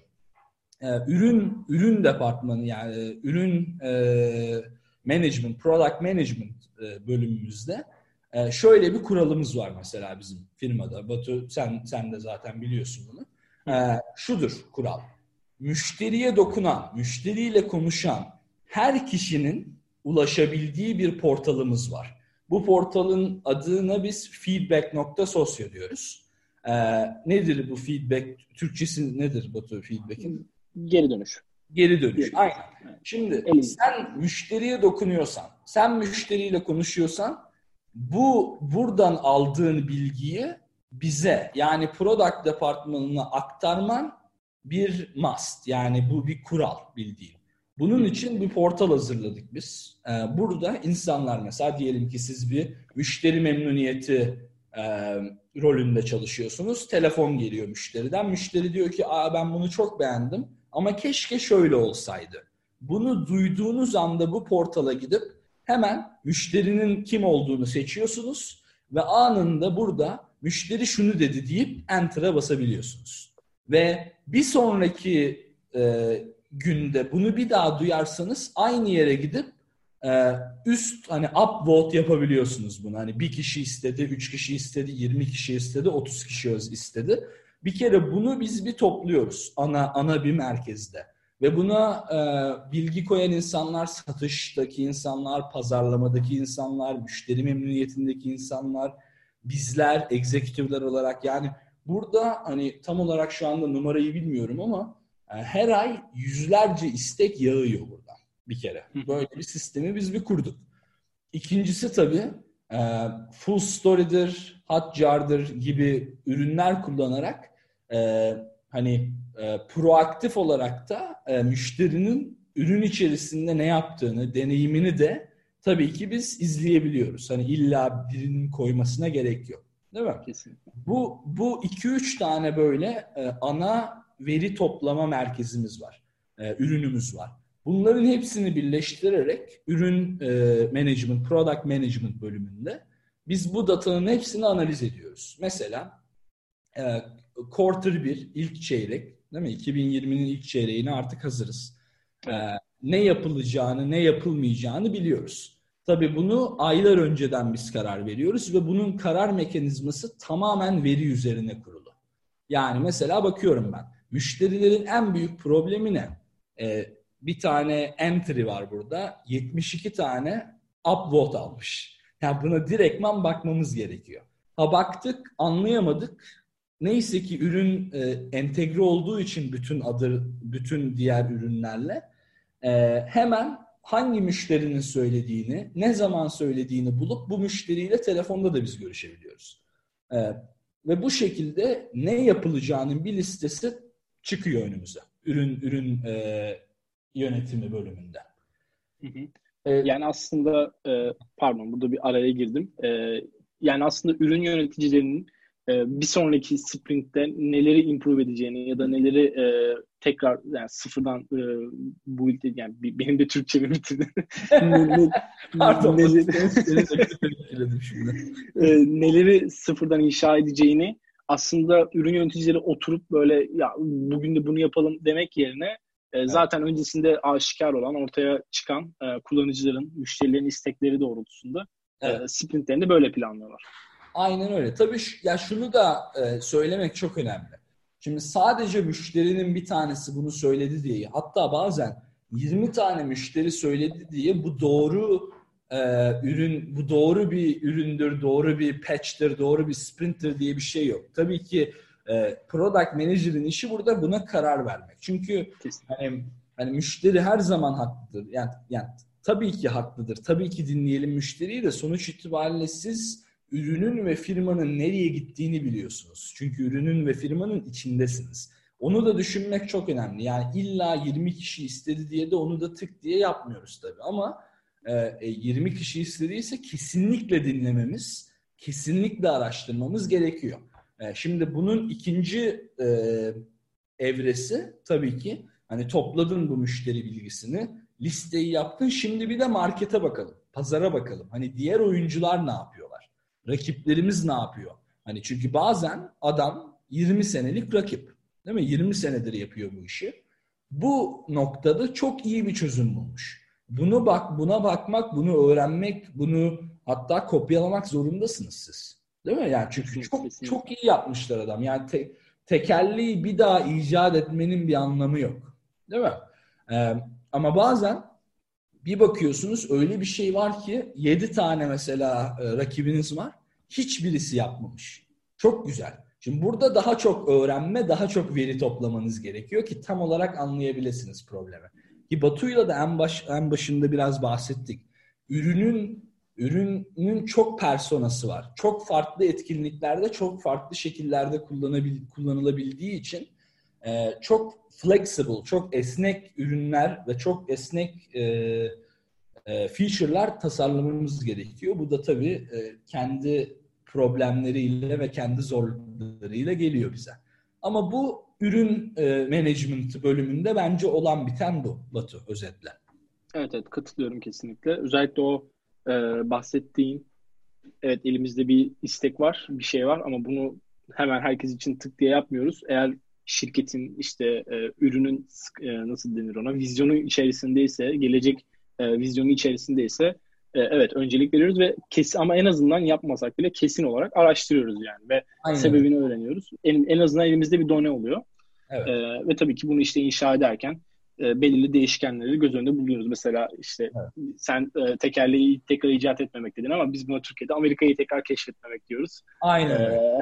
Ürün departmanı yani ürün management, product management bölümümüzde şöyle bir kuralımız var mesela bizim firmada. Batu sen de zaten biliyorsun bunu. Şudur kural. Müşteriye dokunan, müşteriyle konuşan her kişinin ulaşabildiği bir portalımız var. Bu portalın adına biz feedback.socio diyoruz. Nedir bu feedback? Türkçesi nedir Batu feedback'in? Geri dönüş. Geri dönüş. Aynen. Şimdi sen müşteriye dokunuyorsan, sen müşteriyle konuşuyorsan buradan aldığın bilgiyi bize yani product departmanına aktarman bir must. Yani bu bir kural bildiğin. Bunun için bir portal hazırladık biz. Burada insanlar mesela diyelim ki siz bir müşteri memnuniyeti rolünde çalışıyorsunuz. Telefon geliyor müşteriden. Müşteri diyor ki ben bunu çok beğendim ama keşke şöyle olsaydı. Bunu duyduğunuz anda bu portala gidip hemen müşterinin kim olduğunu seçiyorsunuz ve anında burada müşteri şunu dedi deyip enter'a basabiliyorsunuz. Ve bir sonraki günde bunu bir daha duyarsanız aynı yere gidip hani upvote yapabiliyorsunuz bunu. Hani bir kişi istedi, 3 kişi istedi, 20 kişi istedi, 30 kişi istedi. Bir kere bunu biz bir topluyoruz ana bir merkezde. Ve buna bilgi koyan insanlar, satıştaki insanlar, pazarlamadaki insanlar, müşteri memnuniyetindeki insanlar, bizler, executive'ler olarak yani burada hani tam olarak şu anda numarayı bilmiyorum ama her ay yüzlerce istek yağıyor buradan bir kere. Böyle bir sistemi biz bir kurduk. İkincisi tabii Full Story'dir, Hotjar'dır gibi ürünler kullanarak proaktif olarak da müşterinin ürün içerisinde ne yaptığını, deneyimini de tabii ki biz izleyebiliyoruz. Hani illa birinin koymasına gerek yok. Değil mi? Kesinlikle. Bu 2-3 tane böyle ana veri toplama merkezimiz var. Ürünümüz var. Bunların hepsini birleştirerek ürün management, product management bölümünde biz bu datanın hepsini analiz ediyoruz. Mesela quarter 1, ilk çeyrek, değil mi? 2020'nin ilk çeyreğine artık hazırız. Ne yapılacağını, ne yapılmayacağını biliyoruz. Tabii bunu aylar önceden biz karar veriyoruz ve bunun karar mekanizması tamamen veri üzerine kurulu. Yani mesela bakıyorum ben, müşterilerin en büyük problemi ne? Bir tane entry var burada, 72 tane upvote almış. Yani buna direktman bakmamız gerekiyor. Baktık, anlayamadık. Neyse ki ürün entegre olduğu için bütün diğer ürünlerle hemen hangi müşterinin söylediğini, ne zaman söylediğini bulup bu müşteriyle telefonda da biz görüşebiliyoruz. Ve bu şekilde ne yapılacağının bir listesi çıkıyor önümüze. Ürün yönetimi bölümünde. Yani aslında pardon burada bir araya girdim. Yani aslında ürün yöneticilerinin bir sonraki sprintte neleri improve edeceğini ya da neleri tekrar yani sıfırdan build yani benim de Türkçemi bitirdi. Pardon. Neleri sıfırdan inşa edeceğini aslında ürün yöneticileri oturup böyle ya bugün de bunu yapalım demek yerine zaten öncesinde aşikar olan ortaya çıkan kullanıcıların, müşterilerin istekleri doğrultusunda sprintlerini böyle planlıyorlar. Aynen öyle. Tabii ya şunu da söylemek çok önemli. Şimdi sadece müşterinin bir tanesi bunu söyledi diye, hatta bazen 20 tane müşteri söyledi diye bu doğru ürün, bu doğru bir üründür, doğru bir patch'tir, doğru bir sprint'tir diye bir şey yok. Tabii ki product manager'ın işi burada buna karar vermek. Çünkü hani müşteri her zaman haklıdır. Yani tabii ki haklıdır. Tabii ki dinleyelim müşteriyi de sonuç itibariyle siz ürünün ve firmanın nereye gittiğini biliyorsunuz. Çünkü ürünün ve firmanın içindesiniz. Onu da düşünmek çok önemli. Yani illa 20 kişi istedi diye de onu da tık diye yapmıyoruz tabii. Ama 20 kişi istediyse kesinlikle dinlememiz, kesinlikle araştırmamız gerekiyor. Şimdi bunun ikinci evresi tabii ki hani topladın bu müşteri bilgisini, listeyi yaptın. Şimdi bir de markete bakalım, pazara bakalım. Hani diğer oyuncular ne yapıyorlar? Rakiplerimiz ne yapıyor? Hani çünkü bazen adam 20 senelik rakip, değil mi? 20 senedir yapıyor bu işi. Bu noktada çok iyi bir çözüm bulmuş. Buna bakmak, bunu öğrenmek, bunu hatta kopyalamak zorundasınız siz. Değil mi? Yani çünkü çok iyi yapmışlar adam. Yani tekerleği bir daha icat etmenin bir anlamı yok. Değil mi? Ama bazen bir bakıyorsunuz öyle bir şey var ki 7 tane mesela rakibiniz var. Hiçbirisi yapmamış. Çok güzel. Şimdi burada daha çok öğrenme, daha çok veri toplamanız gerekiyor ki tam olarak anlayabilirsiniz problemi. Ki Batu'yla da en başında biraz bahsettik. Ürünün çok personası var. Çok farklı etkinliklerde, çok farklı şekillerde kullanılabildiği için çok flexible, çok esnek ürünler ve çok esnek feature'lar tasarlamamız gerekiyor. Bu da tabii kendi problemleriyle ve kendi zorluklarıyla geliyor bize. Ama bu ürün management bölümünde bence olan biten bu Batu özetle. Evet, katılıyorum kesinlikle. Özellikle o bahsettiğin, evet, elimizde bir istek var, bir şey var ama bunu hemen herkes için tık diye yapmıyoruz. Eğer şirketin işte ürünün nasıl denir ona, vizyonu içerisindeyse, gelecek vizyonu içerisindeyse evet öncelik veriyoruz ve ama en azından yapmasak bile kesin olarak araştırıyoruz yani ve Aynen. Sebebini öğreniyoruz. En azından elimizde bir done oluyor. Evet. Ve tabii ki bunu işte inşa ederken belirli değişkenleri göz önünde buluyoruz. Mesela işte sen tekerleği tekrar icat etmemek dedin ama biz buna Türkiye'de Amerika'yı tekrar keşfetmemek diyoruz. Aynen öyle.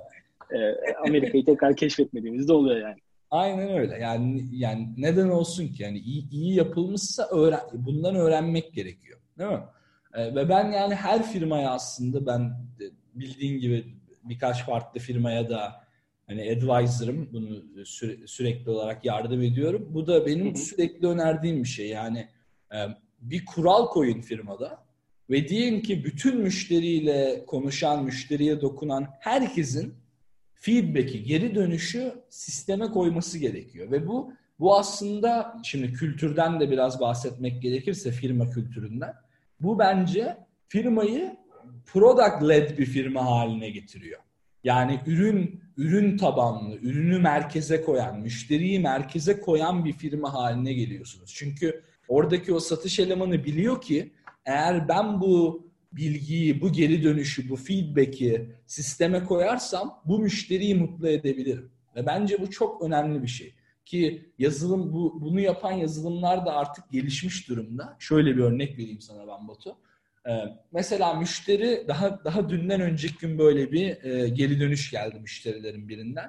Amerika'yı tekrar keşfetmediğimiz de oluyor yani. Aynen öyle. Yani neden olsun ki? Yani iyi yapılmışsa bundan öğrenmek gerekiyor. Değil mi? Ve ben yani her firmaya aslında ben bildiğin gibi birkaç farklı firmaya da hani advisor'ım. Bunu sürekli olarak yardım ediyorum. Bu da benim sürekli önerdiğim bir şey. Yani bir kural koyun firmada ve diyin ki bütün müşteriyle konuşan, müşteriye dokunan herkesin feedback'i, geri dönüşü sisteme koyması gerekiyor. Ve bu aslında şimdi kültürden de biraz bahsetmek gerekirse firma kültüründen. Bu bence firmayı product-led bir firma haline getiriyor. Yani ürün tabanlı, ürünü merkeze koyan, müşteriyi merkeze koyan bir firma haline geliyorsunuz. Çünkü oradaki o satış elemanı biliyor ki eğer ben bu bilgiyi, bu geri dönüşü, bu feedback'i sisteme koyarsam bu müşteriyi mutlu edebilirim. Ve bence bu çok önemli bir şey. Ki bunu yapan yazılımlar da artık gelişmiş durumda. Şöyle bir örnek vereyim sana ben Batu. Mesela müşteri daha dünden önceki gün böyle bir geri dönüş geldi müşterilerin birinden.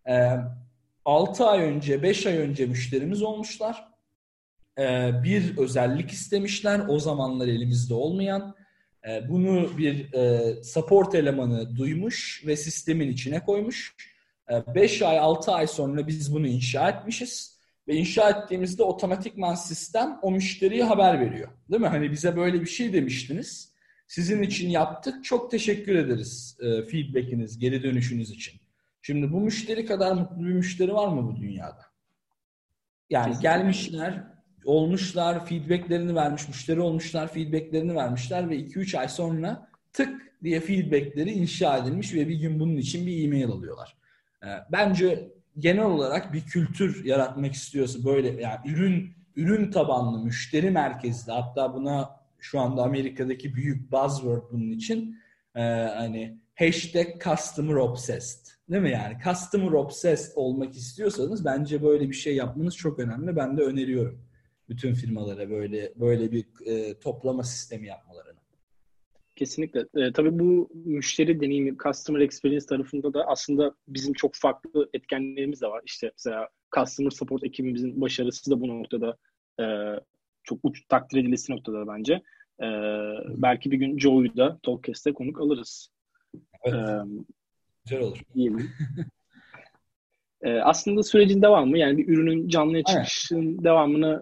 6 ay önce, 5 ay önce müşterimiz olmuşlar. Bir özellik istemişler. O zamanlar elimizde olmayan. Bunu bir support elemanı duymuş ve sistemin içine koymuş. 5 ay, 6 ay sonra biz bunu inşa etmişiz. Ve inşa ettiğimizde otomatikman sistem o müşteriye haber veriyor. Değil mi? Hani bize böyle bir şey demiştiniz. Sizin için yaptık. Çok teşekkür ederiz feedback'iniz, geri dönüşünüz için. Şimdi bu müşteri kadar mutlu bir müşteri var mı bu dünyada? Yani kesinlikle. Gelmişler, olmuşlar, feedbacklerini vermiş, müşteri olmuşlar, feedbacklerini vermişler ve 2-3 ay sonra tık diye feedbackleri inşa edilmiş ve bir gün bunun için bir e-mail alıyorlar. Bence genel olarak bir kültür yaratmak istiyorsa böyle yani ürün tabanlı, müşteri merkezli, hatta buna şu anda Amerika'daki büyük buzzword bunun için hani #customer obsessed, değil mi yani? Customer obsessed olmak istiyorsanız bence böyle bir şey yapmanız çok önemli. Ben de öneriyorum bütün firmalara böyle bir toplama sistemi yapmalarını. Kesinlikle. Tabii bu müşteri deneyimi, customer experience tarafında da aslında bizim çok farklı etkenlerimiz de var. İşte mesela customer support ekibimizin başarısı da bu noktada çok takdir edilesi noktada bence. Belki bir gün Joe'yu da Talkcast'e konuk alırız. Evet. Güzel olur. Diyelim. Aslında sürecin devamı, yani bir ürünün canlıya çıkışın devamını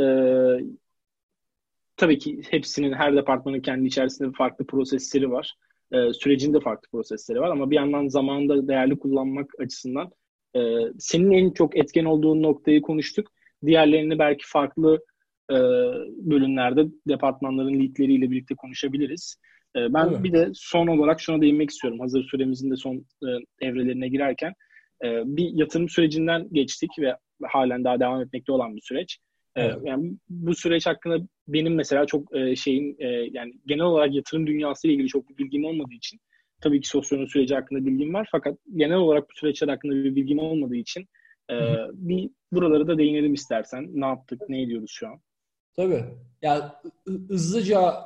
tabii ki hepsinin, her departmanın kendi içerisinde farklı prosesleri var. Sürecin de farklı prosesleri var ama bir yandan zamanında değerli kullanmak açısından senin en çok etken olduğun noktayı konuştuk. Diğerlerini belki farklı bölümlerde departmanların leadleriyle birlikte konuşabiliriz. Ben bir de son olarak şuna değinmek istiyorum. Hazır süremizin de son evrelerine girerken bir yatırım sürecinden geçtik ve halen daha devam etmekte olan bir süreç. Yani bu süreç hakkında benim mesela çok yani genel olarak yatırım dünyası ile ilgili çok bir bilgim olmadığı için, tabii ki Sosyo'nun süreci hakkında bilgim var fakat genel olarak bu süreçler hakkında bir bilgim olmadığı için bir buraları da değinelim istersen. Ne yaptık, ne ediyoruz şu an? Tabii. Ya hızlıca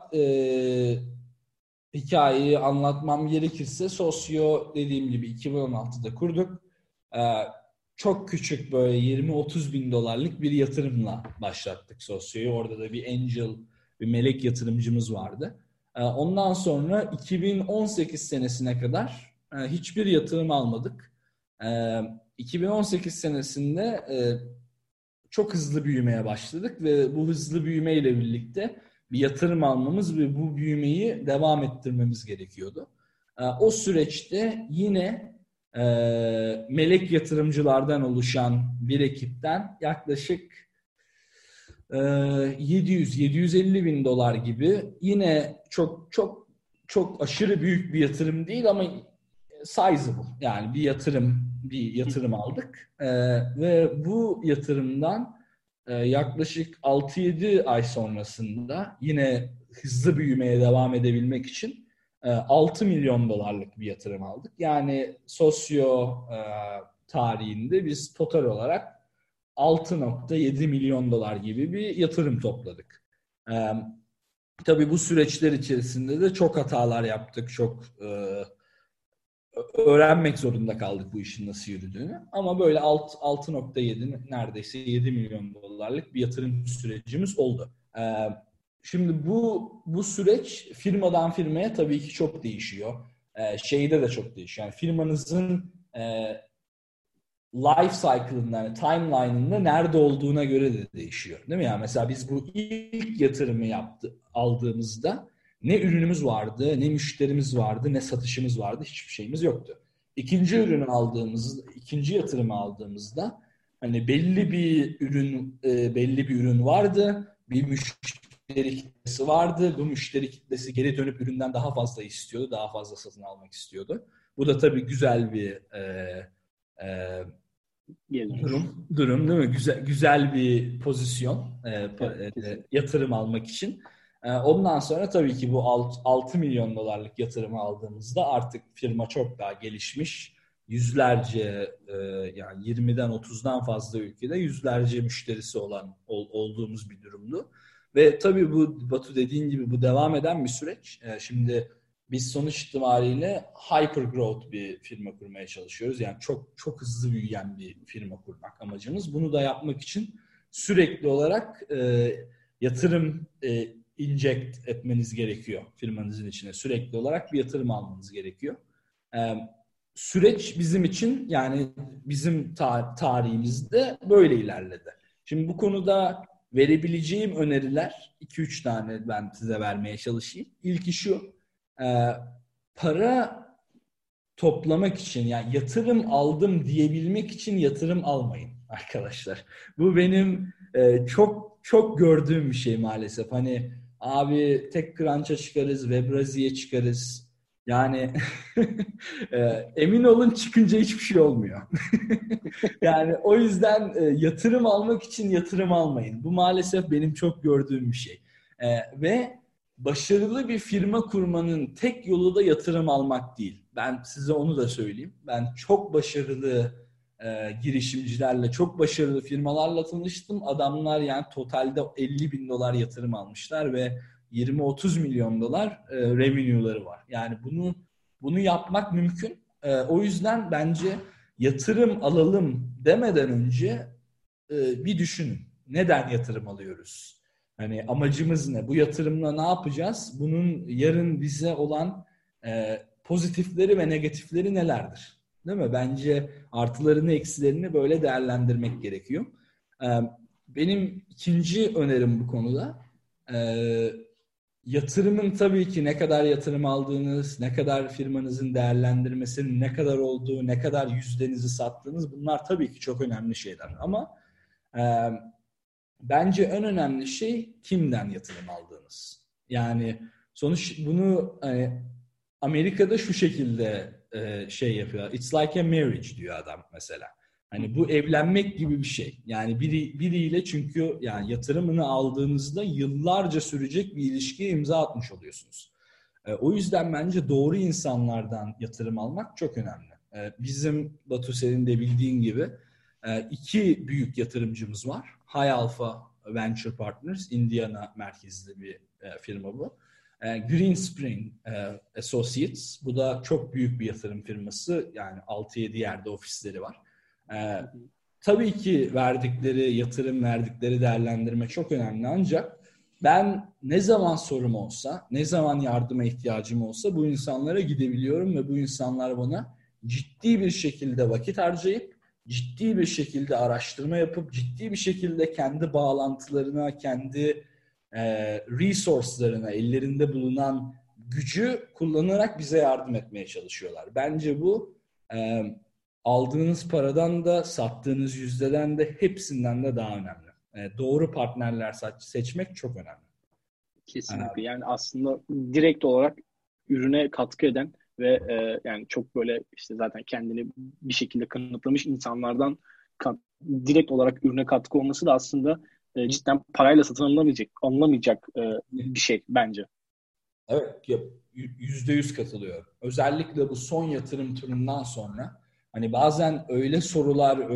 hikayeyi anlatmam gerekirse Sosyo dediğim gibi 2016'da kurduk. Çok küçük böyle 20-30 bin dolarlık bir yatırımla başlattık Sosyo'yu. Orada da bir angel, bir melek yatırımcımız vardı. Ondan sonra 2018 senesine kadar hiçbir yatırım almadık. 2018 senesinde çok hızlı büyümeye başladık ve bu hızlı büyümeyle birlikte bir yatırım almamız ve bu büyümeyi devam ettirmemiz gerekiyordu. O süreçte yine melek yatırımcılardan oluşan bir ekipten yaklaşık 700-750 bin dolar gibi yine çok aşırı büyük bir yatırım değil ama sizable, yani bir yatırım aldık ve bu yatırımdan yaklaşık 6-7 ay sonrasında yine hızlı büyümeye devam edebilmek için 6 milyon dolarlık bir yatırım aldık. Yani Sosyo tarihinde biz total olarak 6.7 milyon dolar gibi bir yatırım topladık. Tabii bu süreçler içerisinde de çok hatalar yaptık, çok öğrenmek zorunda kaldık bu işin nasıl yürüdüğünü. Ama böyle 6.7 neredeyse 7 milyon dolarlık bir yatırım sürecimiz oldu. Şimdi bu süreç firmadan firmaya tabii ki çok değişiyor. Şeyde de çok değişiyor. Yani firmanızın life cycle'ında, yani timeline'ında nerede olduğuna göre de değişiyor. Değil mi? Yani mesela biz bu ilk yatırımı aldığımızda ne ürünümüz vardı, ne müşterimiz vardı, ne satışımız vardı, hiçbir şeyimiz yoktu. İkinci yatırımı aldığımızda hani belli bir ürün vardı, bir müşteri kitlesi vardı. Bu müşteri kitlesi geri dönüp üründen daha fazla istiyordu, daha fazla satın almak istiyordu. Bu da tabii güzel bir durum değil mi? Güzel bir pozisyon yatırım almak için. Ondan sonra tabii ki bu 6 milyon dolarlık yatırımı aldığımızda artık firma çok daha gelişmiş. Yüzlerce yani 20'den 30'dan fazla ülkede yüzlerce müşterisi olduğumuz bir durumdu. Ve tabii bu Batu dediğin gibi bu devam eden bir süreç. Şimdi biz sonuç itibariyle hyper growth bir firma kurmaya çalışıyoruz. Yani çok hızlı büyüyen bir firma kurmak amacımız. Bunu da yapmak için sürekli olarak yatırım inject etmeniz gerekiyor firmanızın içine. Sürekli olarak bir yatırım almanız gerekiyor. Süreç bizim için, yani bizim tarihimizde böyle ilerledi. Şimdi bu konuda verebileceğim öneriler 2-3 tane ben size vermeye çalışayım. İlki şu: para toplamak için, yani yatırım aldım diyebilmek için yatırım almayın arkadaşlar. Bu benim çok gördüğüm bir şey maalesef. Hani abi TechCrunch'a çıkarız, Webrazi'ye çıkarız. Yani emin olun çıkınca hiçbir şey olmuyor. Yani o yüzden yatırım almak için yatırım almayın. Bu maalesef benim çok gördüğüm bir şey. Ve başarılı bir firma kurmanın tek yolu da yatırım almak değil. Ben size onu da söyleyeyim. Ben çok başarılı girişimcilerle, çok başarılı firmalarla tanıştım. Adamlar yani totalde 50 bin dolar yatırım almışlar ve 20-30 milyon dolar revenue'ları var. Yani bunu yapmak mümkün. O yüzden bence yatırım alalım demeden önce bir düşünün. Neden yatırım alıyoruz? Hani amacımız ne? Bu yatırımla ne yapacağız? Bunun yarın bize olan pozitifleri ve negatifleri nelerdir? Değil mi? Bence artılarını, eksilerini böyle değerlendirmek gerekiyor. Benim ikinci önerim bu konuda. Yatırımın tabii ki ne kadar yatırım aldığınız, ne kadar firmanızın değerlendirmesinin ne kadar olduğu, ne kadar yüzdenizi sattığınız, bunlar tabii ki çok önemli şeyler. Ama bence en önemli şey kimden yatırım aldığınız. Yani bunu Amerika'da şu şekilde şey yapıyor. It's like a marriage diyor adam mesela. Hani bu evlenmek gibi bir şey. Yani biriyle, çünkü yani yatırımını aldığınızda yıllarca sürecek bir ilişkiye imza atmış oluyorsunuz. O yüzden bence doğru insanlardan yatırım almak çok önemli. Bizim Batu, senin de bildiğin gibi 2 büyük yatırımcımız var. High Alpha Venture Partners, Indiana merkezli bir firma bu. Green Spring Associates, bu da çok büyük bir yatırım firması. Yani 6-7 yerde ofisleri var. Tabii ki verdikleri yatırım, verdikleri değerlendirme çok önemli, ancak ben ne zaman sorum olsa, ne zaman yardıma ihtiyacım olsa bu insanlara gidebiliyorum ve bu insanlar bana ciddi bir şekilde vakit harcayıp, ciddi bir şekilde araştırma yapıp, ciddi bir şekilde kendi bağlantılarına, kendi resource'larına, ellerinde bulunan gücü kullanarak bize yardım etmeye çalışıyorlar. Bence bu aldığınız paradan da, sattığınız yüzdeden de, hepsinden de daha önemli. Doğru partnerler seçmek çok önemli. Kesinlikle. Yani aslında direkt olarak ürüne katkı eden ve yani çok böyle işte zaten kendini bir şekilde kanıtlamış insanlardan direkt olarak ürüne katkı olması da aslında cidden parayla satın alınamayacak bir şey bence. Evet, %100 katılıyorum. Özellikle bu son yatırım turundan sonra hani bazen öyle sorular,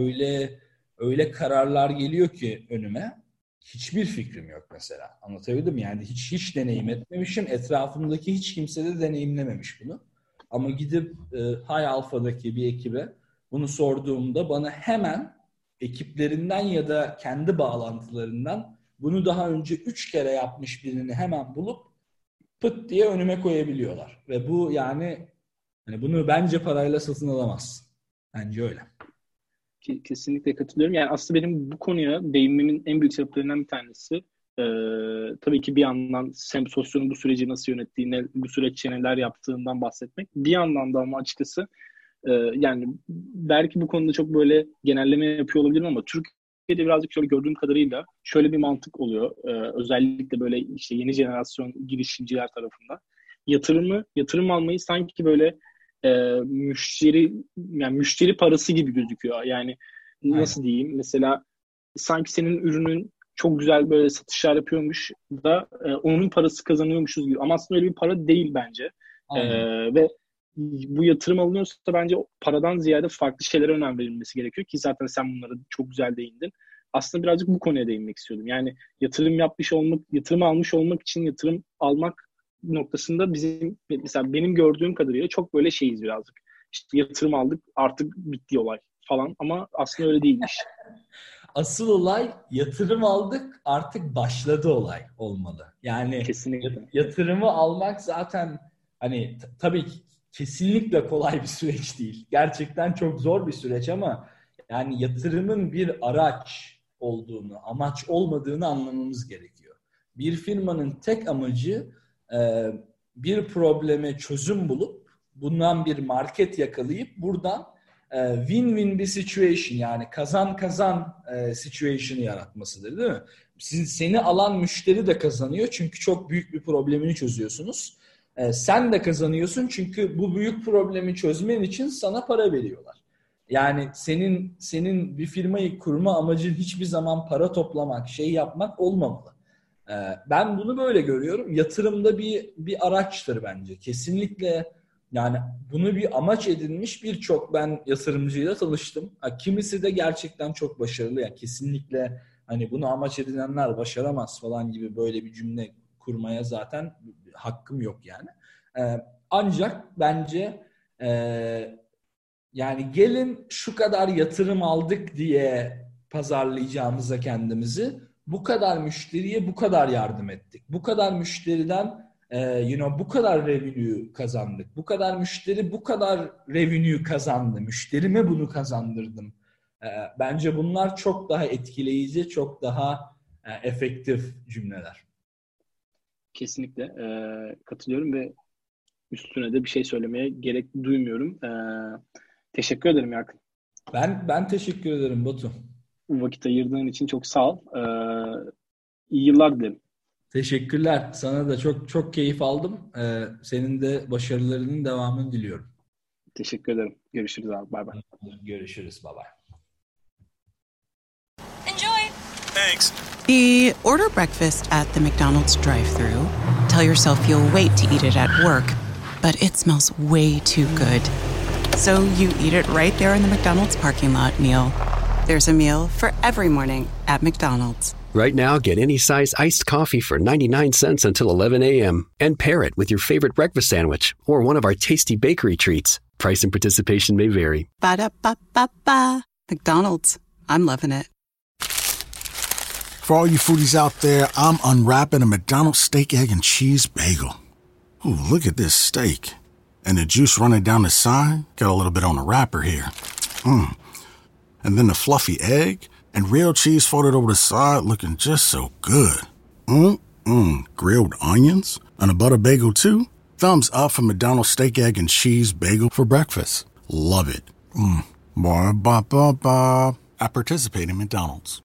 öyle kararlar geliyor ki önüme, hiçbir fikrim yok mesela. Anlatabildim mi? Yani hiç deneyim etmemişim. Etrafımdaki hiç kimse de deneyimlememiş bunu. Ama gidip High Alpha'daki bir ekibe bunu sorduğumda bana hemen ekiplerinden ya da kendi bağlantılarından bunu daha önce 3 kere yapmış birini hemen bulup pıt diye önüme koyabiliyorlar. Ve bu yani hani bunu bence parayla satın alamazsın. Bence öyle. Kesinlikle katılıyorum. Yani aslında benim bu konuya değinmemin en büyük sebeplerinden bir tanesi tabii ki bir yandan Sempozyon'un bu süreci nasıl yönettiğini, bu süreçte neler yaptığından bahsetmek. Bir yandan da ama açıkçası yani belki bu konuda çok böyle genelleme yapıyor olabilirim ama Türkiye'de birazcık şöyle gördüğüm kadarıyla şöyle bir mantık oluyor. Özellikle böyle işte yeni jenerasyon girişimciler tarafından. Yatırım almayı sanki böyle müşteri parası gibi gözüküyor. Yani nasıl diyeyim? Mesela sanki senin ürünün çok güzel böyle satışlar yapıyormuş da onun parası kazanıyormuşuz gibi. Ama aslında öyle bir para değil bence. Ve bu yatırım alınıyorsa bence paradan ziyade farklı şeylere önem verilmesi gerekiyor ki zaten sen bunlara çok güzel değindin. Aslında birazcık bu konuya değinmek istiyordum. Yani yatırım almış olmak için yatırım almak noktasında mesela benim gördüğüm kadarıyla çok böyle şeyiz birazcık. İşte yatırım aldık, artık bitti olay falan ama aslında öyle değilmiş. Asıl olay yatırım aldık, artık başladı olay olmalı. Yani kesinlikle. Yatırımı almak zaten hani tabii ki kesinlikle kolay bir süreç değil. Gerçekten çok zor bir süreç ama yani yatırımın bir araç olduğunu, amaç olmadığını anlamamız gerekiyor. Bir firmanın tek amacı bir probleme çözüm bulup bundan bir market yakalayıp buradan win-win bir situation, yani kazan-kazan situation'ı yaratmasıdır, değil mi? Seni alan müşteri de kazanıyor çünkü çok büyük bir problemini çözüyorsunuz. Sen de kazanıyorsun çünkü bu büyük problemi çözmen için sana para veriyorlar. Yani senin bir firmayı kurma amacın hiçbir zaman para toplamak, şey yapmak olmamalı. Ben bunu böyle görüyorum. Yatırımda bir araçtır bence. Kesinlikle yani bunu bir amaç edinmiş birçok ben yatırımcıyla tanıştım. Kimisi de gerçekten çok başarılı. Yani kesinlikle hani bunu amaç edinenler başaramaz falan gibi böyle bir cümle kurmaya zaten hakkım yok yani. Ancak bence yani gelin şu kadar yatırım aldık diye pazarlayacağımıza kendimizi, bu kadar müşteriye bu kadar yardım ettik. Bu kadar müşteriden bu kadar revenue kazandık. Bu kadar müşteri bu kadar revenue kazandı. Müşterime bunu kazandırdım. Bence bunlar çok daha etkileyici, çok daha efektif cümleler. Kesinlikle katılıyorum ve üstüne de bir şey söylemeye gerek duymuyorum. Teşekkür ederim Yakın. Ben teşekkür ederim Batu. Vakit ayırdığın için çok sağ ol. İyi yıllar dilerim. Teşekkürler. Sana da çok çok keyif aldım. Senin de başarılarının devamını diliyorum. Teşekkür ederim. Görüşürüz abi. Bay bay. Görüşürüz. Bye bye. Enjoy. Thanks. Order breakfast at the McDonald's drive-thru. Tell yourself you'll wait to eat it at work, but it smells way too good. So you eat it right there in the McDonald's parking lot meal. There's a meal for every morning at McDonald's. Right now, get any size iced coffee for 99 cents until 11 a.m. and pair it with your favorite breakfast sandwich or one of our tasty bakery treats. Price and participation may vary. Ba-da-ba-ba-ba. McDonald's. I'm loving it. For all you foodies out there, I'm unwrapping a McDonald's steak, egg, and cheese bagel. Ooh, look at this steak. And the juice running down the side. Got a little bit on the wrapper here. And then the fluffy egg and real cheese folded over the side looking just so good. Grilled onions and a butter bagel too. Thumbs up for McDonald's steak, egg, and cheese bagel for breakfast. Love it. Ba-ba-ba-ba. I participate in McDonald's.